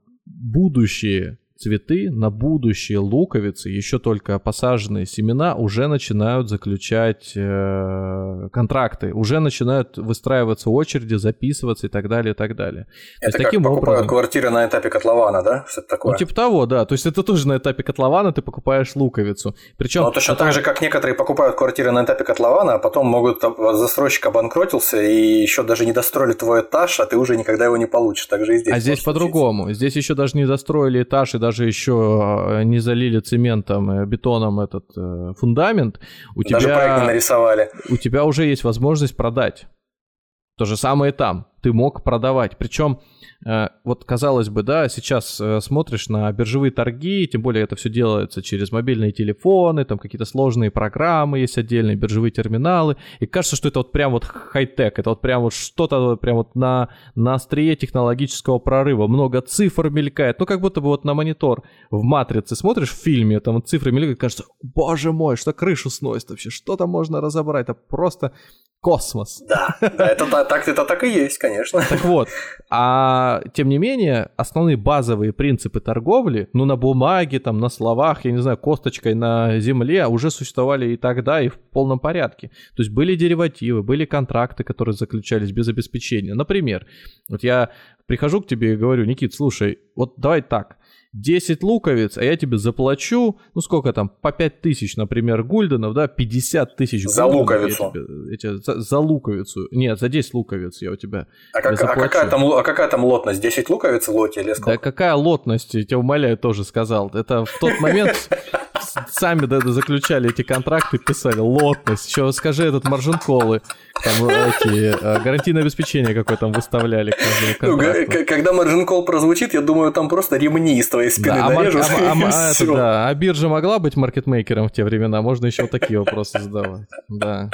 будущее цветы, на будущие луковицы, еще только посаженные семена уже начинают заключать э, контракты, уже начинают выстраиваться очереди, записываться и так далее, и так далее. Это как таким покупают образом... квартиры на этапе котлована, да? Что-то такое? Ну, типа того, да. То есть это тоже на этапе котлована ты покупаешь луковицу. Причем... Ну, точно потом... так же, как некоторые покупают квартиры на этапе котлована, а потом могут, застройщик обанкротился и еще даже не достроили твой этаж, а ты уже никогда его не получишь. Так же и здесь. А здесь по-другому. Случиться. Здесь еще даже не достроили этаж и даже еще не залили цементом, бетоном этот э, фундамент, у даже тебя, проект не нарисовали. У тебя уже есть возможность продать. То же самое там. Ты мог продавать. Причем, э, вот казалось бы, да, сейчас э, смотришь на биржевые торги, тем более это все делается через мобильные телефоны, там какие-то сложные программы есть отдельные, биржевые терминалы, и кажется, что это вот прям вот хай-тек, это вот прям вот что-то прям вот на, на острие технологического прорыва, много цифр мелькает, ну как будто бы вот на монитор в «Матрице» смотришь в фильме, там вот цифры мелькают, кажется, боже мой, что крышу сносит вообще, что там можно разобрать, это просто... Космос. Да, да, это так, это так и есть, конечно. Так вот, а тем не менее, основные базовые принципы торговли, ну, на бумаге, там, на словах, я не знаю, косточкой на земле, уже существовали и тогда, и в полном порядке. То есть были деривативы, были контракты, которые заключались без обеспечения. Например, вот я прихожу к тебе и говорю: Никит, слушай, вот давай так, десять луковиц, а я тебе заплачу, ну сколько там, по пять тысяч, например, гульденов, да, пятьдесят тысяч за луковицу. Тебе, я тебе, за, за луковицу. Нет, за десять луковиц я у тебя а, как, а, какая там, а какая там лотность? десять луковиц в лоте или сколько? Да какая лотность, я тебя умоляю, тоже сказал. Это в тот момент сами заключали эти контракты, писали лотность. Еще скажи этот маржин-колы, там эти гарантийное обеспечение какое там выставляли. Ну, когда маржин-кол прозвучит, я думаю, там просто ремни из твоей спины да, нарежут. А, а, а, это, да. а биржа могла быть маркетмейкером в те времена? Можно еще вот такие вопросы задавать. Да.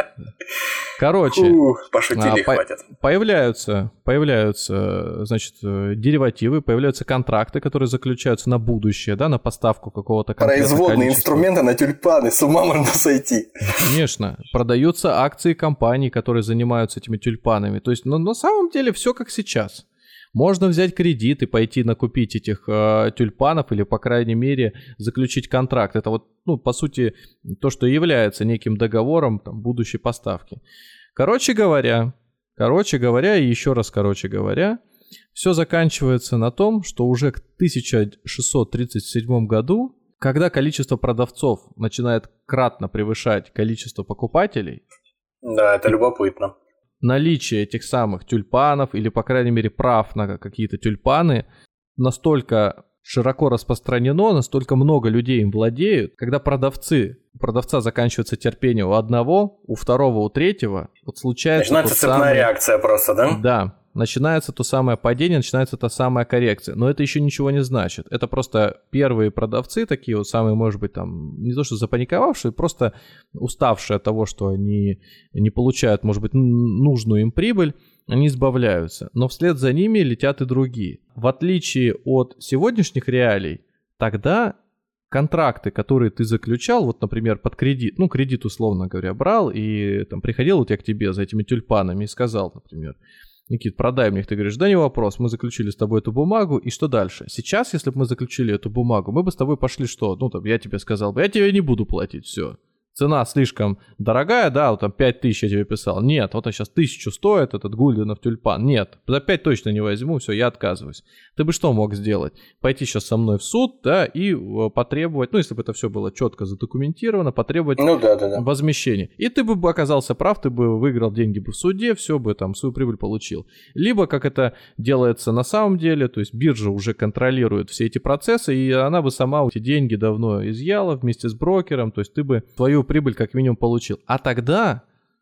Короче, Ух, пошутили, по- хватит. Появляются, появляются, значит, деривативы, появляются контракты, которые заключаются на будущее, да, на поставку какого-то конкретного Производные количества. инструменты на тюльпаны, с ума можно сойти. Конечно, продаются акции компаний, которые занимаются этими тюльпанами. То есть, ну, на самом деле все как сейчас. Можно взять кредит и пойти накупить этих э, тюльпанов или, по крайней мере, заключить контракт. Это вот, ну, по сути, то, что является неким договором там, будущей поставки. Короче говоря, короче говоря и еще раз короче говоря, все заканчивается на том, что уже к тысяча шестьсот тридцать седьмому году, когда количество продавцов начинает кратно превышать количество покупателей... Да, это любопытно. Наличие этих самых тюльпанов или, по крайней мере, прав на какие-то тюльпаны настолько широко распространено, настолько много людей им владеют, когда продавцы, у продавца заканчивается терпение у одного, у второго, у третьего, вот случается... Начинается цепная самый... реакция просто, да? Да, начинается то самое падение, начинается та самая коррекция. Но это еще ничего не значит. Это просто первые продавцы, такие вот самые, может быть, там, не то что запаниковавшие, просто уставшие от того, что они не получают, может быть, нужную им прибыль, они избавляются. Но вслед за ними летят и другие. В отличие от сегодняшних реалий, тогда контракты, которые ты заключал, вот, например, под кредит, ну, кредит, условно говоря, брал, и там приходил вот я к тебе за этими тюльпанами и сказал, например: Никит, продай мне их. Ты говоришь: да не вопрос, мы заключили с тобой эту бумагу, и что дальше? Сейчас, если бы мы заключили эту бумагу, мы бы с тобой пошли что? Ну, там, я тебе сказал бы: я тебе не буду платить, все. Цена слишком дорогая, да, вот там пять тысяч я тебе писал. Нет, вот он сейчас тысячу стоит, этот гульденов тюльпан. Нет, за пять точно не возьму, все, я отказываюсь. Ты бы что мог сделать? Пойти сейчас со мной в суд, да, и потребовать, ну, если бы это все было четко задокументировано, потребовать ну, да, да, да. возмещения. И ты бы оказался прав, ты бы выиграл деньги бы в суде, все бы там свою прибыль получил. Либо, как это делается на самом деле, то есть биржа уже контролирует все эти процессы, и она бы сама эти деньги давно изъяла вместе с брокером, то есть ты бы свою прибыль как минимум получил. А тогда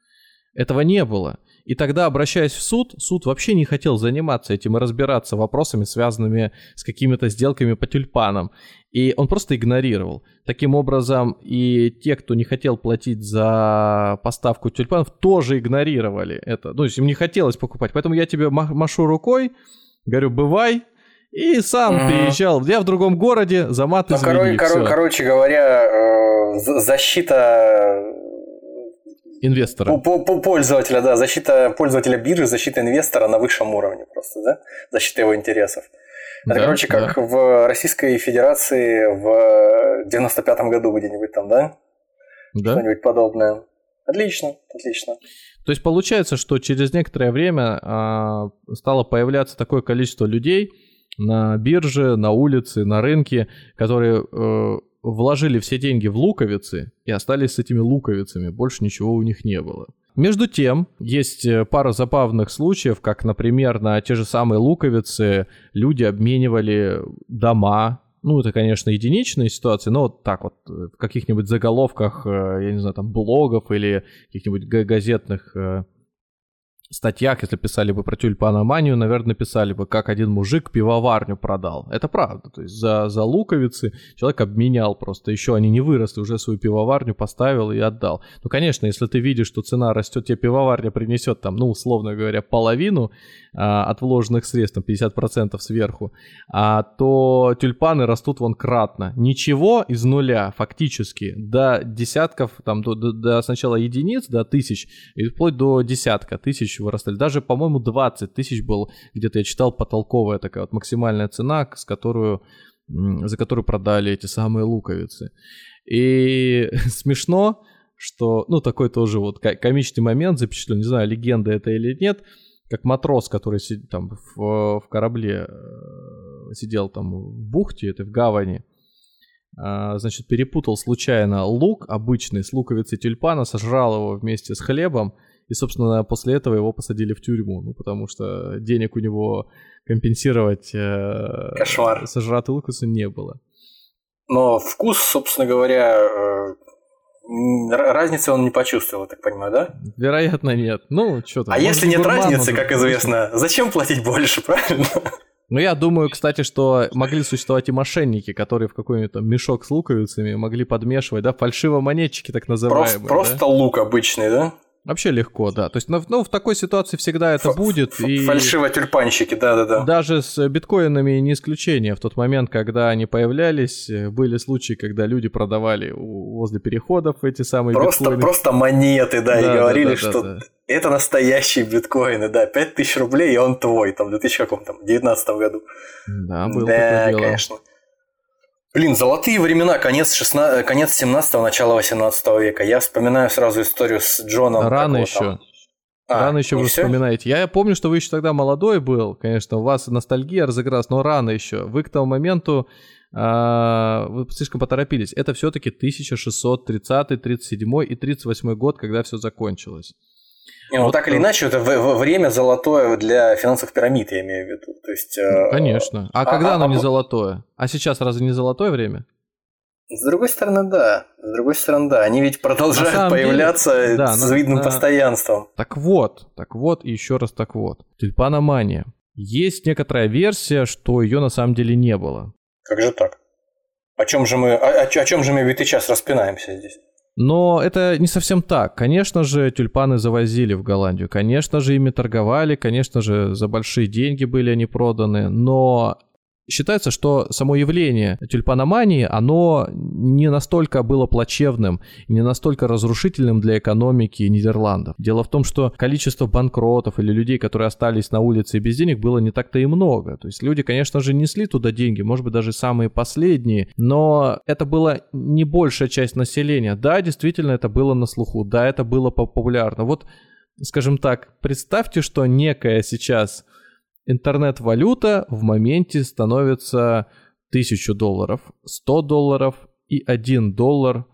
этого не было. И тогда, обращаясь в суд, суд вообще не хотел заниматься этим и разбираться вопросами, связанными с какими-то сделками по тюльпанам. И он просто игнорировал. Таким образом, и те, кто не хотел платить за поставку тюльпанов, тоже игнорировали это. Ну, то есть им не хотелось покупать. Поэтому я тебе машу рукой, говорю: бывай. И сам mm-hmm. переезжал. Я в другом городе, за мат ну, извини, кор- кор- Короче говоря, защита... инвестора. Пользователя, да, защита пользователя биржи, защита инвестора на высшем уровне просто, да, защита его интересов. Это, да, короче, как да. в Российской Федерации в девяносто пятом году где-нибудь там, да? Да. Что-нибудь подобное. Отлично, отлично. То есть получается, что через некоторое время а, стало появляться такое количество людей на бирже, на улице, на рынке, которые э, вложили все деньги в луковицы и остались с этими луковицами. Больше ничего у них не было. Между тем, есть пара забавных случаев, как, например, на те же самые луковицы люди обменивали дома. Ну, это, конечно, единичные ситуации, но вот так вот в каких-нибудь заголовках, я не знаю, там, блогов или каких-нибудь газетных статьях, если писали бы про тюльпаноманию, наверное, писали бы, как один мужик пивоварню продал. Это правда. То есть за, за луковицы человек обменял просто. Еще они не выросли, уже свою пивоварню поставил и отдал. Ну, конечно, если ты видишь, что цена растет, тебе пивоварня принесет там, ну, условно говоря, половину а, от вложенных средств, там, пятьдесят процентов сверху, а, то тюльпаны растут вон кратно. Ничего из нуля фактически до десятков, там, до, до, до сначала единиц, до тысяч, и вплоть до десятка тысяч вырастали. Даже, по-моему, двадцать тысяч был, где-то я читал, потолковая такая вот максимальная цена, с которую, за которую продали эти самые луковицы. И смешно, что, ну, такой тоже вот комичный момент запечатлен, не знаю, легенда это или нет, как матрос, который сидит там в, в корабле, сидел там в бухте, это в гавани, значит, перепутал случайно лук обычный с луковицей тюльпана, сожрал его вместе с хлебом, и, собственно, после этого его посадили в тюрьму, ну, потому что денег у него компенсировать э, Кошмар. сожратую луковицу не было. Но вкус, собственно говоря, э, разницы он не почувствовал, я так понимаю, да? Вероятно, нет. Ну, что-то. А если нет разницы, как известно, зачем платить больше, правильно? Ну, я думаю, кстати, что могли существовать и мошенники, которые в какой-нибудь там мешок с луковицами могли подмешивать, да, фальшивомонетчики так называемые. Просто, просто да? Лук обычный, да? Вообще легко, да. То есть, ну, в такой ситуации всегда это Ф- будет. Ф- и фальшиво-тюльпанщики, да-да-да. Даже с биткоинами не исключение. В тот момент, когда они появлялись, были случаи, когда люди продавали возле переходов эти самые просто, биткоины. Просто монеты, да, да и говорили, да, да, что да, да. это настоящие биткоины, да, пять тысяч рублей, и он твой, там, в две тысячи девятнадцатом году. Да, было да, такое дело. Конечно. Блин, золотые времена, конец, шестнадцатого, конец семнадцатого, начало восемнадцатого века. Я вспоминаю сразу историю с Джоном. Рано еще. А, рано еще вы все? Вспоминаете. Я помню, что вы еще тогда молодой был. Конечно, у вас ностальгия разыгралась, но рано еще. Вы к тому моменту а, вы слишком поторопились. Это все-таки тысяча шестьсот тридцатый, тридцать седьмой и тридцать восьмой год, когда все закончилось. Не, ну, вот так или иначе, это время золотое для финансовых пирамид, я имею в виду. То есть, ну, конечно. А, а когда а, оно а, не золотое? А сейчас разве не золотое время? С другой стороны, да. С другой стороны, да. Они ведь продолжают появляться деле, да, с на, видным на... постоянством. Так вот, так вот и еще раз так вот. Тюльпаномания. Есть некоторая версия, что ее на самом деле не было. Как же так? О чем же мы, о, о чем же мы ведь сейчас распинаемся здесь? Но это не совсем так. Конечно же, тюльпаны завозили в Голландию. Конечно же, ими торговали. Конечно же, за большие деньги были они проданы. Но считается, что само явление тюльпаномании, оно не настолько было плачевным, не настолько разрушительным для экономики Нидерландов. Дело в том, что количество банкротов или людей, которые остались на улице и без денег, было не так-то и много. То есть люди, конечно же, несли туда деньги, может быть, даже самые последние, но это была не большая часть населения. Да, действительно, это было на слуху, да, это было популярно. Вот, скажем так, представьте, что некая сейчас интернет-валюта в моменте становится тысячу долларов, сто долларов и один доллар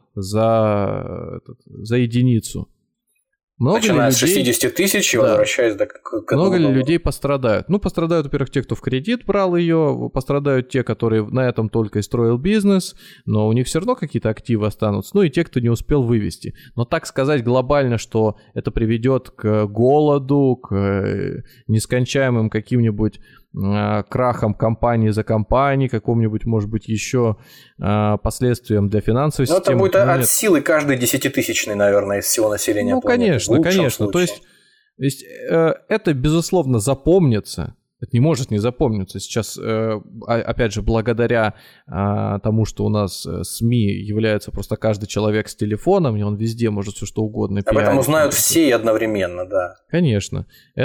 за, за единицу. Много Начиная с шестьдесят тысяч и да. возвращаясь до к Много ли людей пострадают? Ну, пострадают, во-первых, те, кто в кредит брал ее, пострадают те, которые на этом только и строил бизнес, но у них все равно какие-то активы останутся, ну и те, кто не успел вывести. Но так сказать глобально, что это приведет к голоду, к нескончаемым каким-нибудь э, крахам компании за компанией, какому-нибудь, может быть, еще э, последствиям для финансовой но системы. Но это будет ну, от нет. силы каждый десятитысячный, наверное, из всего населения ну, планеты. Конечно. Ну, конечно, то есть, то есть э, это, безусловно, запомнится, это не может не запомниться. Сейчас, э, опять же, благодаря э, тому, что у нас СМИ является просто каждый человек с телефоном, и он везде может все что угодно пиарить. Об этом узнают все и одновременно, да. Конечно.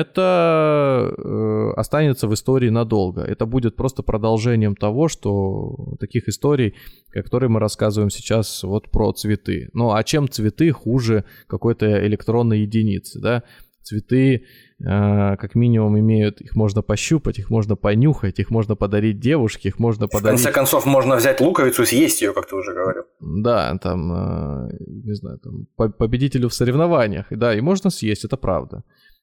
Это э, останется в истории надолго. Это будет просто продолжением того, что таких историй, которые мы рассказываем сейчас вот про цветы. Ну, а чем цветы хуже какой-то электронной единицы, да? Цветы, э, как минимум, имеют, их можно пощупать, их можно понюхать, их можно подарить девушке, их можно подарить... В конце концов, можно взять луковицу и съесть ее, как ты уже говорил. Да, там, э, не знаю, там, победителю в соревнованиях, да, и можно съесть, это правда.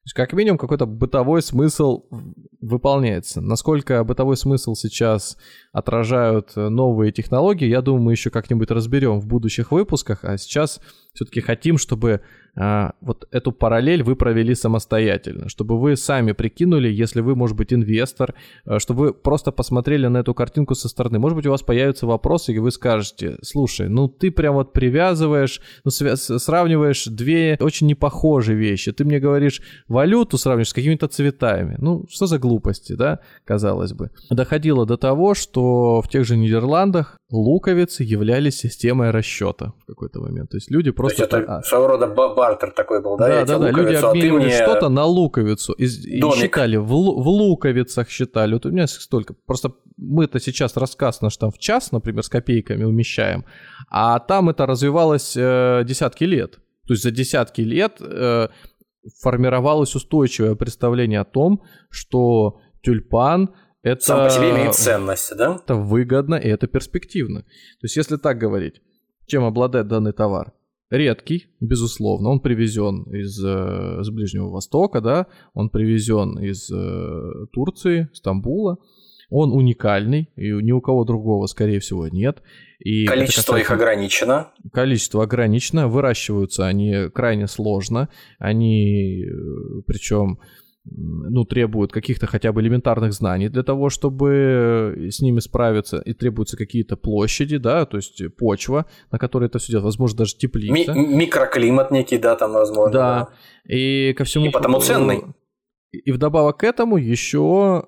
есть, как минимум, какой-то бытовой смысл выполняется. Насколько бытовой смысл сейчас отражают новые технологии, я думаю, мы еще как-нибудь разберем в будущих выпусках, а сейчас все-таки хотим, чтобы а, вот эту параллель вы провели самостоятельно, чтобы вы сами прикинули, если вы, может быть, инвестор, чтобы вы просто посмотрели на эту картинку со стороны. Может быть, у вас появятся вопросы, и вы скажете: слушай, ну ты прям вот привязываешь, ну, свя- сравниваешь две очень непохожие вещи. Ты мне говоришь, валюту сравниваешь с какими-то цветами. Ну, что за глупости, да, казалось бы. Доходило до того, что в тех же Нидерландах луковицы являлись системой расчета в какой-то момент. То есть люди просто... То есть это своего рода бартер такой был, да? Да, да, да, люди обменивали мне... что-то на луковицу. И, и считали, в, в луковицах считали. Вот у меня столько. Просто мы-то сейчас рассказ наш там в час, например, с копейками умещаем, а там это развивалось э, десятки лет. То есть за десятки лет э, формировалось устойчивое представление о том, что тюльпан... Это, сам по себе имеет ценность, да? Это выгодно и это перспективно. То есть, если так говорить, чем обладает данный товар? Редкий, безусловно, он привезен из, из Ближнего Востока, да, он привезен из э, Турции, Стамбула, он уникальный, и ни у кого другого, скорее всего, нет. И количество их ограничено. Количество ограничено, выращиваются они крайне сложно, они, причем... ну, требуют каких-то хотя бы элементарных знаний для того, чтобы с ними справиться, и требуются какие-то площади, да, то есть почва, на которой это все делать, возможно, даже теплица. Ми- микроклимат некий, да, там, возможно. Да, да. И ко всему... И потому ценный. И вдобавок к этому еще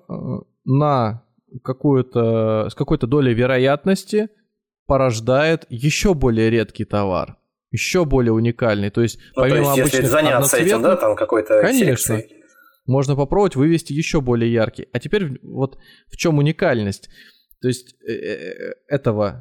на какую-то, с какой-то долей вероятности порождает еще более редкий товар, еще более уникальный, то есть ну, помимо то есть, обычных если заняться этим, да, там какой-то конечно, селекцией. Можно попробовать вывести еще более яркий. А теперь вот в чем уникальность? То есть этого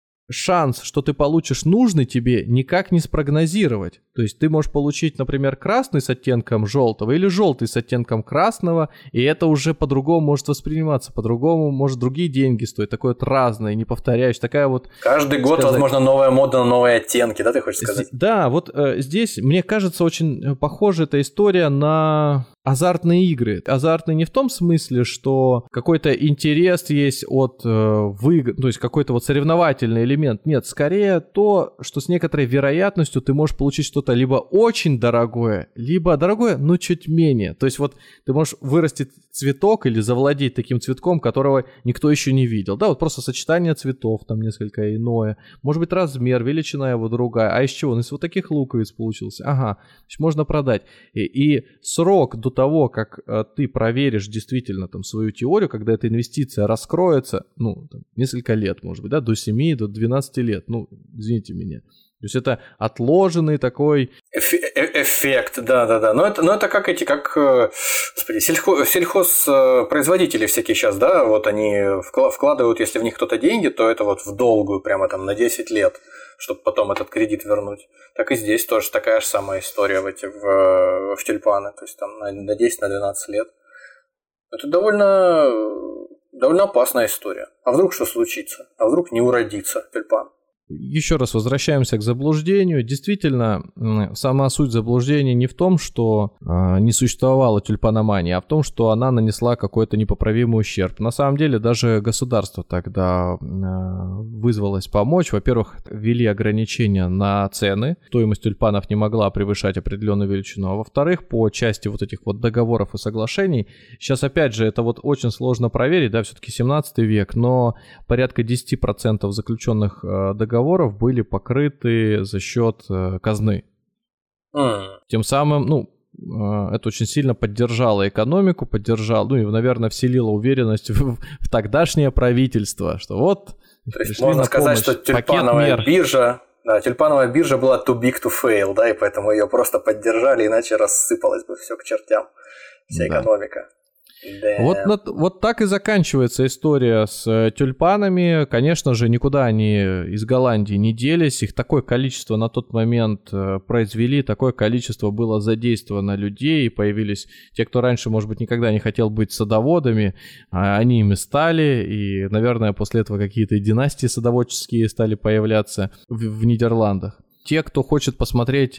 шанс, что ты получишь нужный тебе, никак не спрогнозировать. То есть ты можешь получить, например, красный с оттенком желтого или желтый с оттенком красного, и это уже по-другому может восприниматься, по-другому может другие деньги стоить. Такое вот разное, не повторяющее. Такая вот... Каждый год, сказать, возможно, новая мода на новые оттенки, да, ты хочешь сказать? Да, вот э, здесь, мне кажется, очень похожа эта история на... азартные игры. Азартные не в том смысле, что какой-то интерес есть от э, выгод, то есть какой-то вот соревновательный элемент. Нет, скорее то, что с некоторой вероятностью ты можешь получить что-то либо очень дорогое, либо дорогое, но чуть менее. То есть вот ты можешь вырастить цветок или завладеть таким цветком, которого никто еще не видел. Да, вот просто сочетание цветов там несколько иное. Может быть, размер, величина его другая. А из чего? Ну, из вот таких луковиц получился. Ага, значит, можно продать. И, и срок до того, как э, ты проверишь действительно там свою теорию, когда эта инвестиция раскроется, ну, там, несколько лет, может быть, да, до семи, до двенадцати лет, ну, извините меня. То есть это отложенный такой... Эф- эффект, да-да-да. Но это, но это как эти, как господи, сельхо, сельхозпроизводители всякие сейчас, да, вот они вкладывают, если в них кто-то деньги, то это вот в долгую прямо там на десять лет, чтобы потом этот кредит вернуть. Так и здесь тоже такая же самая история в, эти, в, в тюльпаны, то есть там на десять-двенадцать лет. Это довольно, довольно опасная история. А вдруг что случится? А вдруг не уродится тюльпан? Еще раз возвращаемся к заблуждению. Действительно, сама суть заблуждения не в том, что э, не существовала тюльпаномания, а в том, что она нанесла какой-то непоправимый ущерб. На самом деле, даже государство тогда э, вызвалось помочь. Во-первых, ввели ограничения на цены. Стоимость тюльпанов не могла превышать определенную величину. А во-вторых, по части вот этих вот договоров и соглашений, сейчас, опять же, это вот очень сложно проверить, да, все-таки семнадцатый век, но порядка десять процентов заключенных э, договоров были покрыты за счет э, казны. Mm. Тем самым, ну, э, это очень сильно поддержало экономику, поддержало, ну и, наверное, вселило уверенность в, в тогдашнее правительство, что вот... То есть можно сказать, помощь, что тюльпановая биржа, да, тюльпановая биржа была too big to fail, да, и поэтому ее просто поддержали, иначе рассыпалось бы все к чертям, вся да. экономика. Да. Вот, вот так и заканчивается история с тюльпанами. Конечно же, никуда они из Голландии не делись. Их такое количество на тот момент произвели, такое количество было задействовано людей. И появились те, кто раньше, может быть, никогда не хотел быть садоводами, а они ими стали. И, наверное, после этого какие-то династии садоводческие стали появляться в, в Нидерландах. Те, кто хочет посмотреть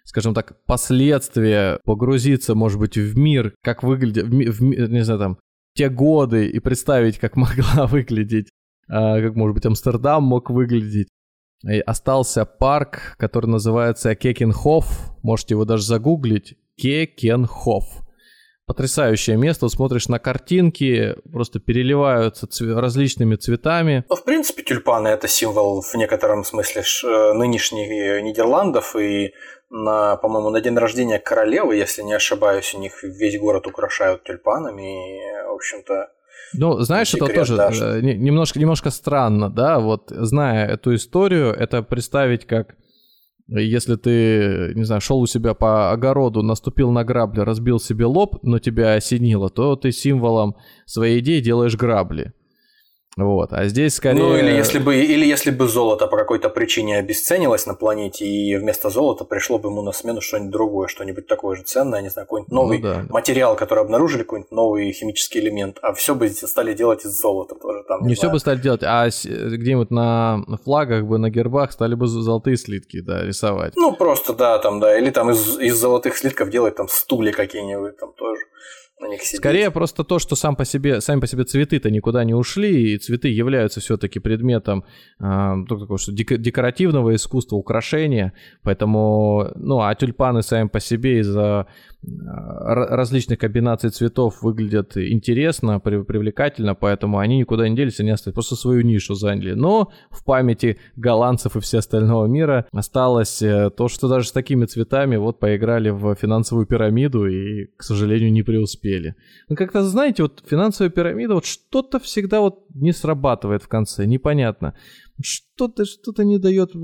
скажем так, последствия, погрузиться, может быть, в мир, как выглядит, в, в, не знаю, там, те годы, и представить, как могла выглядеть, э, как, может быть, Амстердам мог выглядеть. И остался парк, который называется Кекенхоф, можете его даже загуглить, Кекенхоф. Потрясающее место, смотришь на картинки, просто переливаются цве- различными цветами. Ну, в принципе, тюльпаны – это символ в некотором смысле нынешних Нидерландов, и, на, по-моему, на день рождения королевы, если не ошибаюсь, у них весь город украшают тюльпанами, и, в общем-то… Ну, знаешь, это тоже да, что... немножко, немножко странно, да, вот, зная эту историю, это представить как… Если ты, не знаю, шел у себя по огороду, наступил на грабли, разбил себе лоб, но тебя осенило, то ты символом своей идеи делаешь грабли. Вот, а здесь скорее… Ну, или если бы, или если бы золото по какой-то причине обесценилось на планете, и вместо золота пришло бы ему на смену что-нибудь другое, что-нибудь такое же ценное, не знаю, какой-нибудь новый ну, да, материал, который обнаружили, какой-нибудь новый химический элемент, а все бы стали делать из золота тоже. Там, не не все бы стали делать, а где-нибудь на флагах бы, на гербах стали бы золотые слитки, да, рисовать. Ну, просто, да, там, да, или там из, из золотых слитков делать там стулья какие-нибудь, там тоже. Скорее просто то, что сам по себе, сами по себе цветы-то никуда не ушли, и цветы являются все-таки предметом э, такого, что декоративного искусства, украшения, поэтому, ну, а тюльпаны сами по себе из-за различных комбинаций цветов выглядят интересно, привлекательно, поэтому они никуда не делись, они остались, просто свою нишу заняли. Но в памяти голландцев и всего остального мира осталось то, что даже с такими цветами вот поиграли в финансовую пирамиду и, к сожалению, не преуспели. Ну, как-то, знаете, вот финансовая пирамида, вот что-то всегда вот не срабатывает в конце, непонятно. Что-то, что-то не дает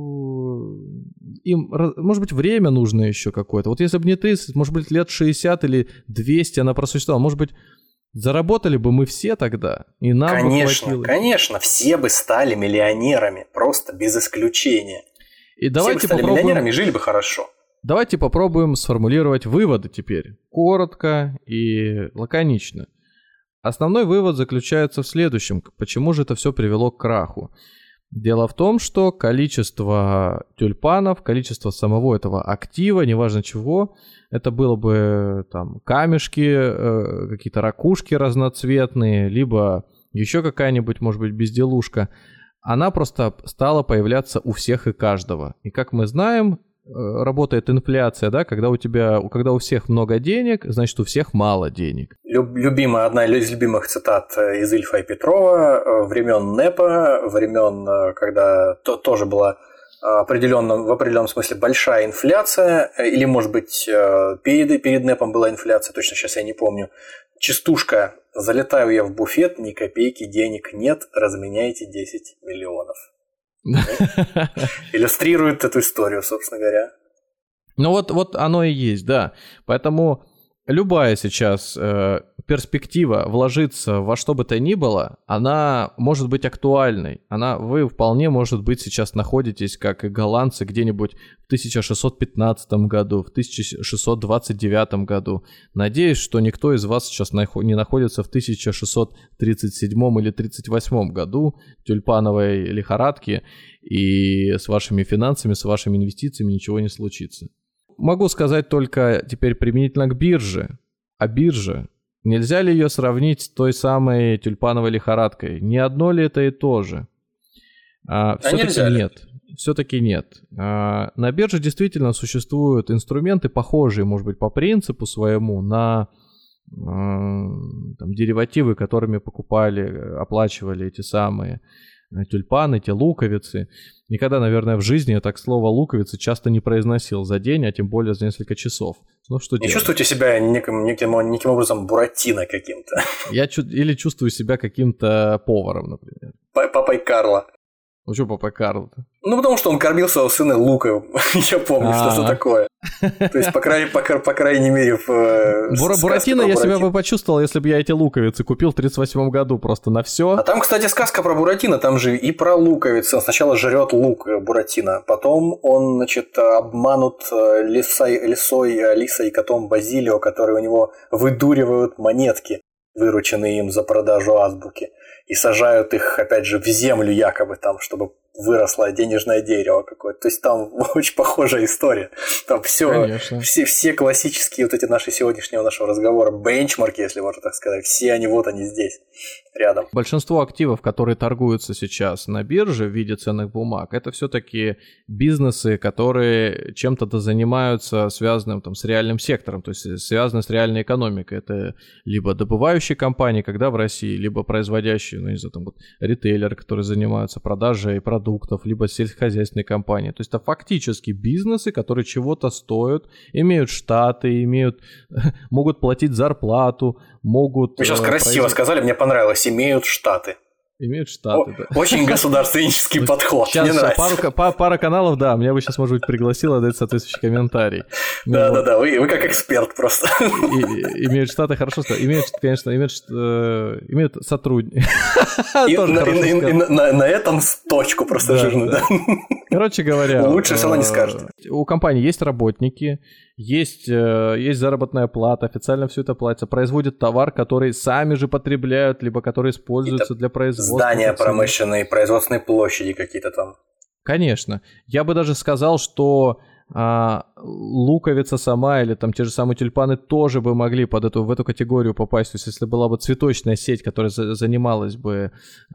им, может быть, время нужно еще какое-то. Вот если бы не тридцать, может быть, лет шестьдесят или двести она просуществовала, может быть, заработали бы мы все тогда, и нам конечно, бы хватило. Конечно, все бы стали миллионерами, просто без исключения. И давайте все бы стали попробуем... миллионерами и жили бы хорошо. Давайте попробуем сформулировать выводы теперь, коротко и лаконично. Основной вывод заключается в следующем. Почему же это все привело к краху? Дело в том, что количество тюльпанов, количество самого этого актива, неважно чего, это было бы там камешки, э, какие-то ракушки разноцветные, либо еще какая-нибудь, может быть, безделушка, она просто стала появляться у всех и каждого. И как мы знаем, работает инфляция, да, когда у тебя, когда у всех много денег, значит, у всех мало денег. Любимая, одна из любимых цитат из Ильфа и Петрова, времен НЭПа, времен, когда то, тоже была определенном, в определенном смысле большая инфляция, или, может быть, перед, перед НЭПом была инфляция, точно сейчас я не помню. Частушка: залетаю я в буфет, ни копейки денег нет, разменяйте десять миллионов. Иллюстрирует эту историю, собственно говоря. Ну вот, вот оно и есть, да. Поэтому любая сейчас э, перспектива вложиться во что бы то ни было, она может быть актуальной. Она, вы вполне, может быть, сейчас находитесь, как и голландцы, где-нибудь в тысяча шестьсот пятнадцатом году, в тысяча шестьсот двадцать девятом году. Надеюсь, что никто из вас сейчас не находится в тысяча шестьсот тридцать седьмом или тридцать восьмом году тюльпановой лихорадки, и с вашими финансами, с вашими инвестициями ничего не случится. Могу сказать только теперь применительно к бирже. А биржа, нельзя ли ее сравнить с той самой тюльпановой лихорадкой? Не одно ли это и то же? А, а все-таки нет. Все-таки нет. А, на бирже действительно существуют инструменты, похожие, может быть, по принципу своему на а, там, деривативы, которыми покупали, оплачивали эти самые тюльпаны, эти луковицы. Никогда, наверное, в жизни я так слово луковицы часто не произносил за день, а тем более за несколько часов. Ну, что не делать? Чувствуете себя неким, неким, неким образом Буратино каким-то? Я чу- или чувствую себя каким-то поваром, например. Папой Карло. Ну, что папа Карло-то? Ну, потому что он кормил своего сына луком. Я помню, А-а-а. что это такое. То есть, по, край, по, по крайней мере, в... Бура- Буратино я себя бы почувствовал, если бы я эти луковицы купил в тридцать восьмом году просто на все. А там, кстати, сказка про Буратино, там же и про луковицы. Он сначала жрет лук Буратино, потом он, значит, обманут лисой, лисой Алисой и котом Базилио, которые у него выдуривают монетки, вырученные им за продажу азбуки, и сажают их, опять же, в землю якобы там, чтобы выросло денежное дерево какое-то. То есть там очень похожая история. Там все, все, все классические вот эти наши сегодняшнего нашего разговора, бенчмарки, если можно так сказать, все они вот они здесь, рядом. Большинство активов, которые торгуются сейчас на бирже в виде ценных бумаг, это все-таки бизнесы, которые чем-то занимаются связанным там, с реальным сектором, то есть связаны с реальной экономикой. Это либо добывающие компании, когда в России, либо производящие, ну не знаю, там вот ритейлеры, которые занимаются продажей продуктов, либо сельскохозяйственные компании. То есть это фактически бизнесы, которые чего-то стоят, имеют штаты, имеют, могут платить зарплату, могут... Вы сейчас красиво производить... сказали, мне понравилось, имеют штаты. Имеют штаты, О, да. Очень государственнический подход, сейчас мне нравится. Пару, пара каналов, да, меня бы сейчас, может быть, пригласило дать соответствующий комментарий. Да-да-да, вы, вы как эксперт просто. И, имеют штаты, хорошо сказать. Имеют, конечно, имеют, э, имеют сотрудников. И, на, и, и, и на, на этом точку просто да, жирную, да. да. Короче говоря... Лучше все равно не скажете. У компании есть работники, есть, есть заработная плата, официально все это платится, производят товар, который сами же потребляют, либо который используется для производства. Здания промышленные, производственные площади какие-то там. Конечно. Я бы даже сказал, что а, луковица сама или там те же самые тюльпаны тоже бы могли под эту, в эту категорию попасть. То есть если была бы цветочная сеть, которая за, занималась бы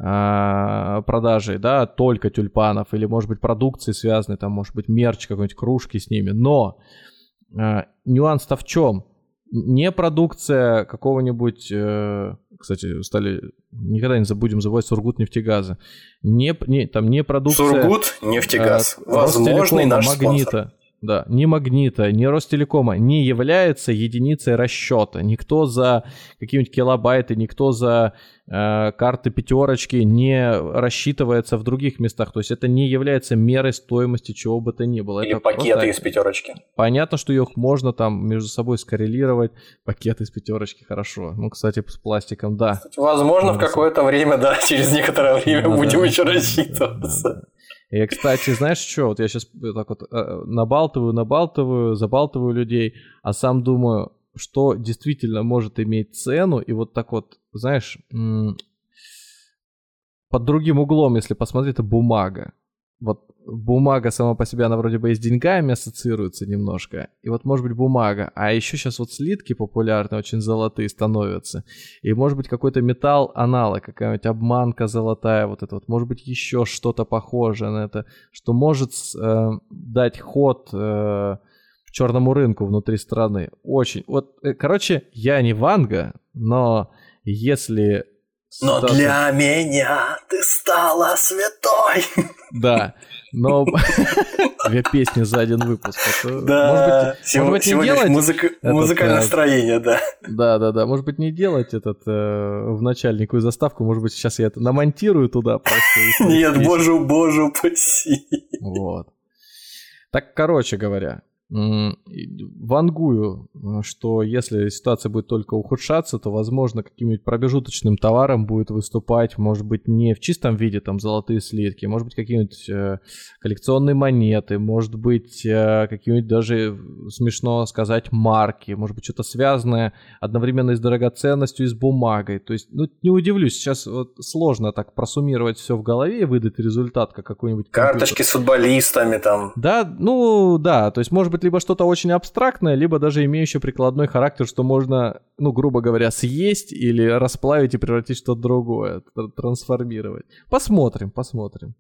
а, продажей, да, только тюльпанов, или, может быть, продукции связанной, там, может быть, мерч какой-нибудь, кружки с ними, но... Uh, нюанс-то в чем? Не продукция какого-нибудь, э, кстати, стали, никогда не забудем забывать Сургутнефтегаза. Не, не, там не продукция... Сургут, нефтегаз, э, возможный наш Магнита, спонсор. Да, ни Магнита, ни Ростелекома не является единицей расчета. Никто за какие-нибудь килобайты, никто за э, карты пятерочки не рассчитывается в других местах. То есть это не является мерой стоимости чего бы то ни было. Или это пакеты просто... из пятерочки. Понятно, что их можно там между собой скоррелировать. Пакеты из пятерочки, хорошо. Ну, кстати, с пластиком, да. Кстати, возможно, Надо в какое-то время, да, через некоторое время да, будем да, еще рассчитываться. Да, да. И, кстати, знаешь что, вот я сейчас так вот набалтываю, набалтываю, забалтываю людей, а сам думаю, что действительно может иметь цену, и вот так вот, знаешь, под другим углом, если посмотреть, это бумага. Вот бумага сама по себе, она вроде бы и с деньгами ассоциируется немножко. И вот может быть бумага. А еще сейчас вот слитки популярны, очень золотые становятся. И может быть какой-то металл-аналог, какая-нибудь обманка золотая, вот это вот. Может быть еще что-то похожее на это, что может э, дать ход э, черному рынку внутри страны. Очень. Вот, э, короче, я не Ванга, но если... Но статус... для меня ты стала святой. Да, но две песни за один выпуск. Да, может быть, не делать музыкальное настроение, да. Да, да, да. Может быть, не делать этот в начальниковую заставку. Может быть, сейчас я это намонтирую туда просто. Нет, боже, боже упаси. Вот. Так, короче говоря. Вангую, что если ситуация будет только ухудшаться, то, возможно, каким-нибудь промежуточным товаром будет выступать, может быть, не в чистом виде там золотые слитки, может быть, какие-нибудь э, коллекционные монеты, может быть, э, какие-нибудь даже, смешно сказать, марки, может быть, что-то связанное одновременно и с драгоценностью, и с бумагой. То есть, ну, не удивлюсь, сейчас вот сложно так просуммировать все в голове и выдать результат, как какой-нибудь компьютер. Карточки с футболистами там. Да, ну, да, то есть, может быть, либо что-то очень абстрактное, либо даже имеющее прикладной характер, что можно, ну, грубо говоря, съесть или расплавить и превратить в что-то другое, трансформировать. Посмотрим, посмотрим.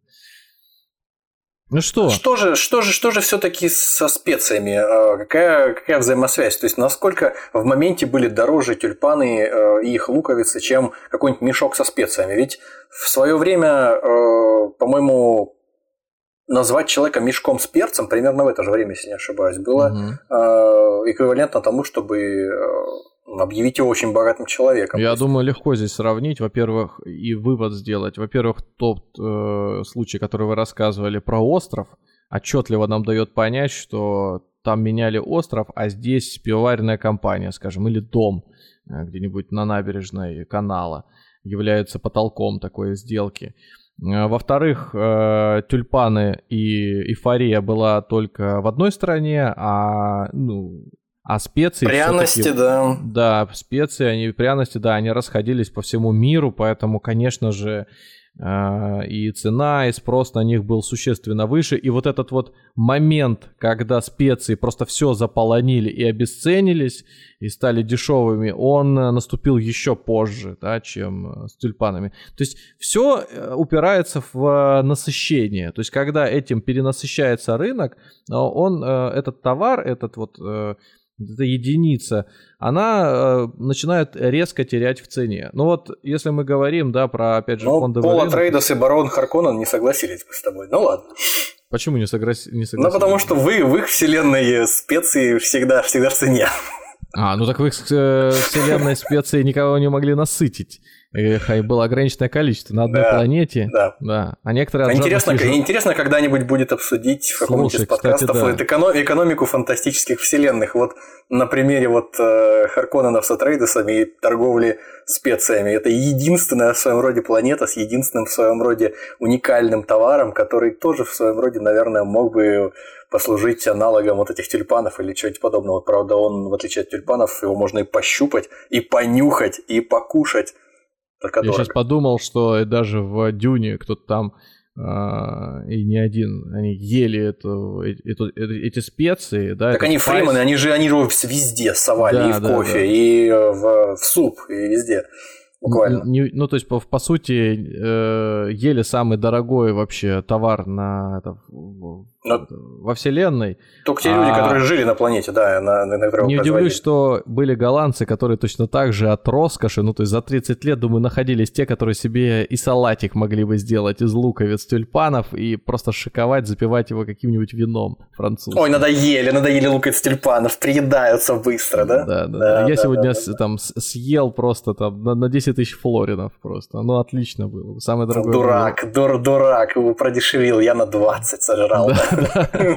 Ну что? Что же, что же, что же все-таки со специями? Какая, какая взаимосвязь? То есть, насколько в моменте были дороже тюльпаны и их луковицы, чем какой-нибудь мешок со специями? Ведь в свое время, по-моему, назвать человека мешком с перцем примерно в это же время, если не ошибаюсь, было угу. э, эквивалентно тому, чтобы э, объявить его очень богатым человеком. Я думаю, легко здесь сравнить, во-первых, и вывод сделать. Во-первых, тот э, случай, который вы рассказывали про остров, отчетливо нам дает понять, что там меняли остров, а здесь пивоваренная компания, скажем, или дом э, где-нибудь на набережной канала является потолком такой сделки. Во-вторых, тюльпаны и эйфория была только в одной стране, а, ну, а специи... Пряности, да. Да, специи, они, пряности, да, они расходились по всему миру, поэтому, конечно же, и цена, и спрос на них был существенно выше. И вот этот вот момент, когда специи просто все заполонили и обесценились, и стали дешевыми, он наступил еще позже, да, чем с тюльпанами. То есть все упирается в насыщение. То есть когда этим перенасыщается рынок, он, этот товар, этот вот... эта единица, она э, начинает резко терять в цене. Ну вот, если мы говорим, да, про, опять же, но фондовый Пол рынок... Атрейдес и барон Харконнен не согласились бы с тобой. Ну ладно. Почему не, соглас... не согласились? Ну, потому что вы в их вселенной специи всегда, всегда в цене. А, ну так в их э, вселенной специи никого не могли насытить. Эх, и было ограниченное количество на одной да, планете. Да. да. А некоторые... А интересно, жадности... интересно когда-нибудь будет обсудить в каком-нибудь из подкастов кстати, да. эконом... экономику фантастических вселенных. Вот на примере вот э, Харконненов с Атрейдесами и торговли специями. Это единственная в своем роде планета с единственным в своем роде уникальным товаром, который тоже в своем роде, наверное, мог бы послужить аналогом вот этих тюльпанов или чего-нибудь подобного. Правда, он, в отличие от тюльпанов, его можно и пощупать, и понюхать, и покушать. Только Я дорого. сейчас подумал, что даже в Дюне кто-то там, э, и не один, они ели эту, эту, эти специи. Да, так они спайс. фримены, они же, они же везде совали, да, и в да, кофе, да. и в, в суп, и везде. Буквально. Не, ну, то есть, по, по сути, э, ели самый дорогой вообще товар на, это, в, Но... во Вселенной. Только те а... люди, которые жили на планете, да, на, на которой Не удивлюсь, что были голландцы, которые точно так же от роскоши, ну, то есть за тридцать лет, думаю, находились те, которые себе и салатик могли бы сделать из луковиц, тюльпанов и просто шиковать, запивать его каким-нибудь вином французским. Ой, надоели, надоели луковиц тюльпанов, приедаются быстро, да? Да, да, да. да. Я да, сегодня да, с, да. там съел просто там на, на десять тысяч флоринов просто. Ну, отлично было. Самый дорогой. Дурак, дур, дурак, его продешевил, я на двадцать сожрал. Да, да.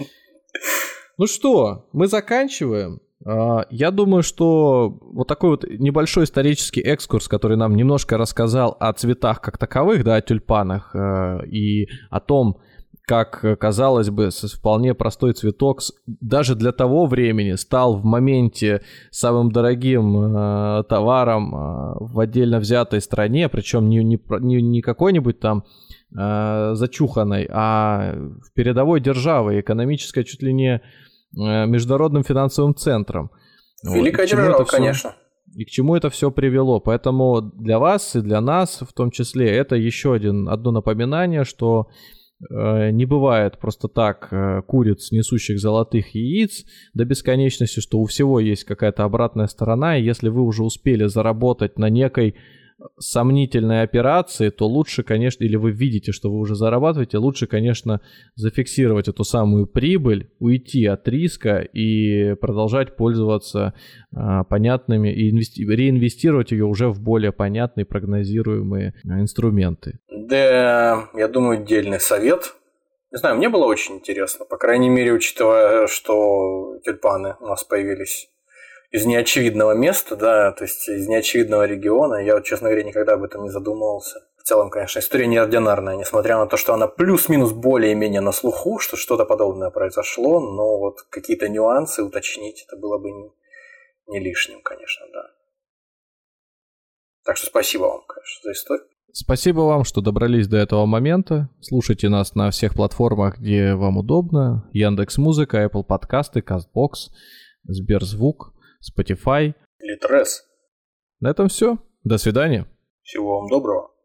Ну что, мы заканчиваем. Я думаю, что вот такой вот небольшой исторический экскурс, который нам немножко рассказал о цветах как таковых, да, о тюльпанах и о том, как, казалось бы, вполне простой цветок даже для того времени стал в моменте самым дорогим э, товаром э, в отдельно взятой стране, причем не, не, не, не какой-нибудь там э, зачуханной, а в передовой державой, экономической чуть ли не э, международным финансовым центром. Великая вот, держава, все, конечно. И к чему это все привело. Поэтому для вас и для нас в том числе это еще один, одно напоминание, что не бывает просто так куриц, несущих золотых яиц до бесконечности, что у всего есть какая-то обратная сторона, и если вы уже успели заработать на некой сомнительной операции, то лучше, конечно, или вы видите, что вы уже зарабатываете, лучше, конечно, зафиксировать эту самую прибыль, уйти от риска и продолжать пользоваться а, понятными, и инвести- реинвестировать ее уже в более понятные, прогнозируемые а, инструменты. Да, я думаю, отдельный совет. Не знаю, мне было очень интересно, по крайней мере, учитывая, что тюльпаны у нас появились из неочевидного места, да, то есть из неочевидного региона. Я, вот, честно говоря, никогда об этом не задумывался. В целом, конечно, история неординарная, несмотря на то, что она плюс-минус более-менее на слуху, что что-то подобное произошло, но вот какие-то нюансы уточнить, это было бы не, не лишним, конечно, да. Так что спасибо вам, конечно, за историю. Спасибо вам, что добрались до этого момента. Слушайте нас на всех платформах, где вам удобно. Яндекс.Музыка, Apple подкасты, Castbox, Сберзвук, Spotify. Литрес. На этом все. До свидания. Всего вам доброго.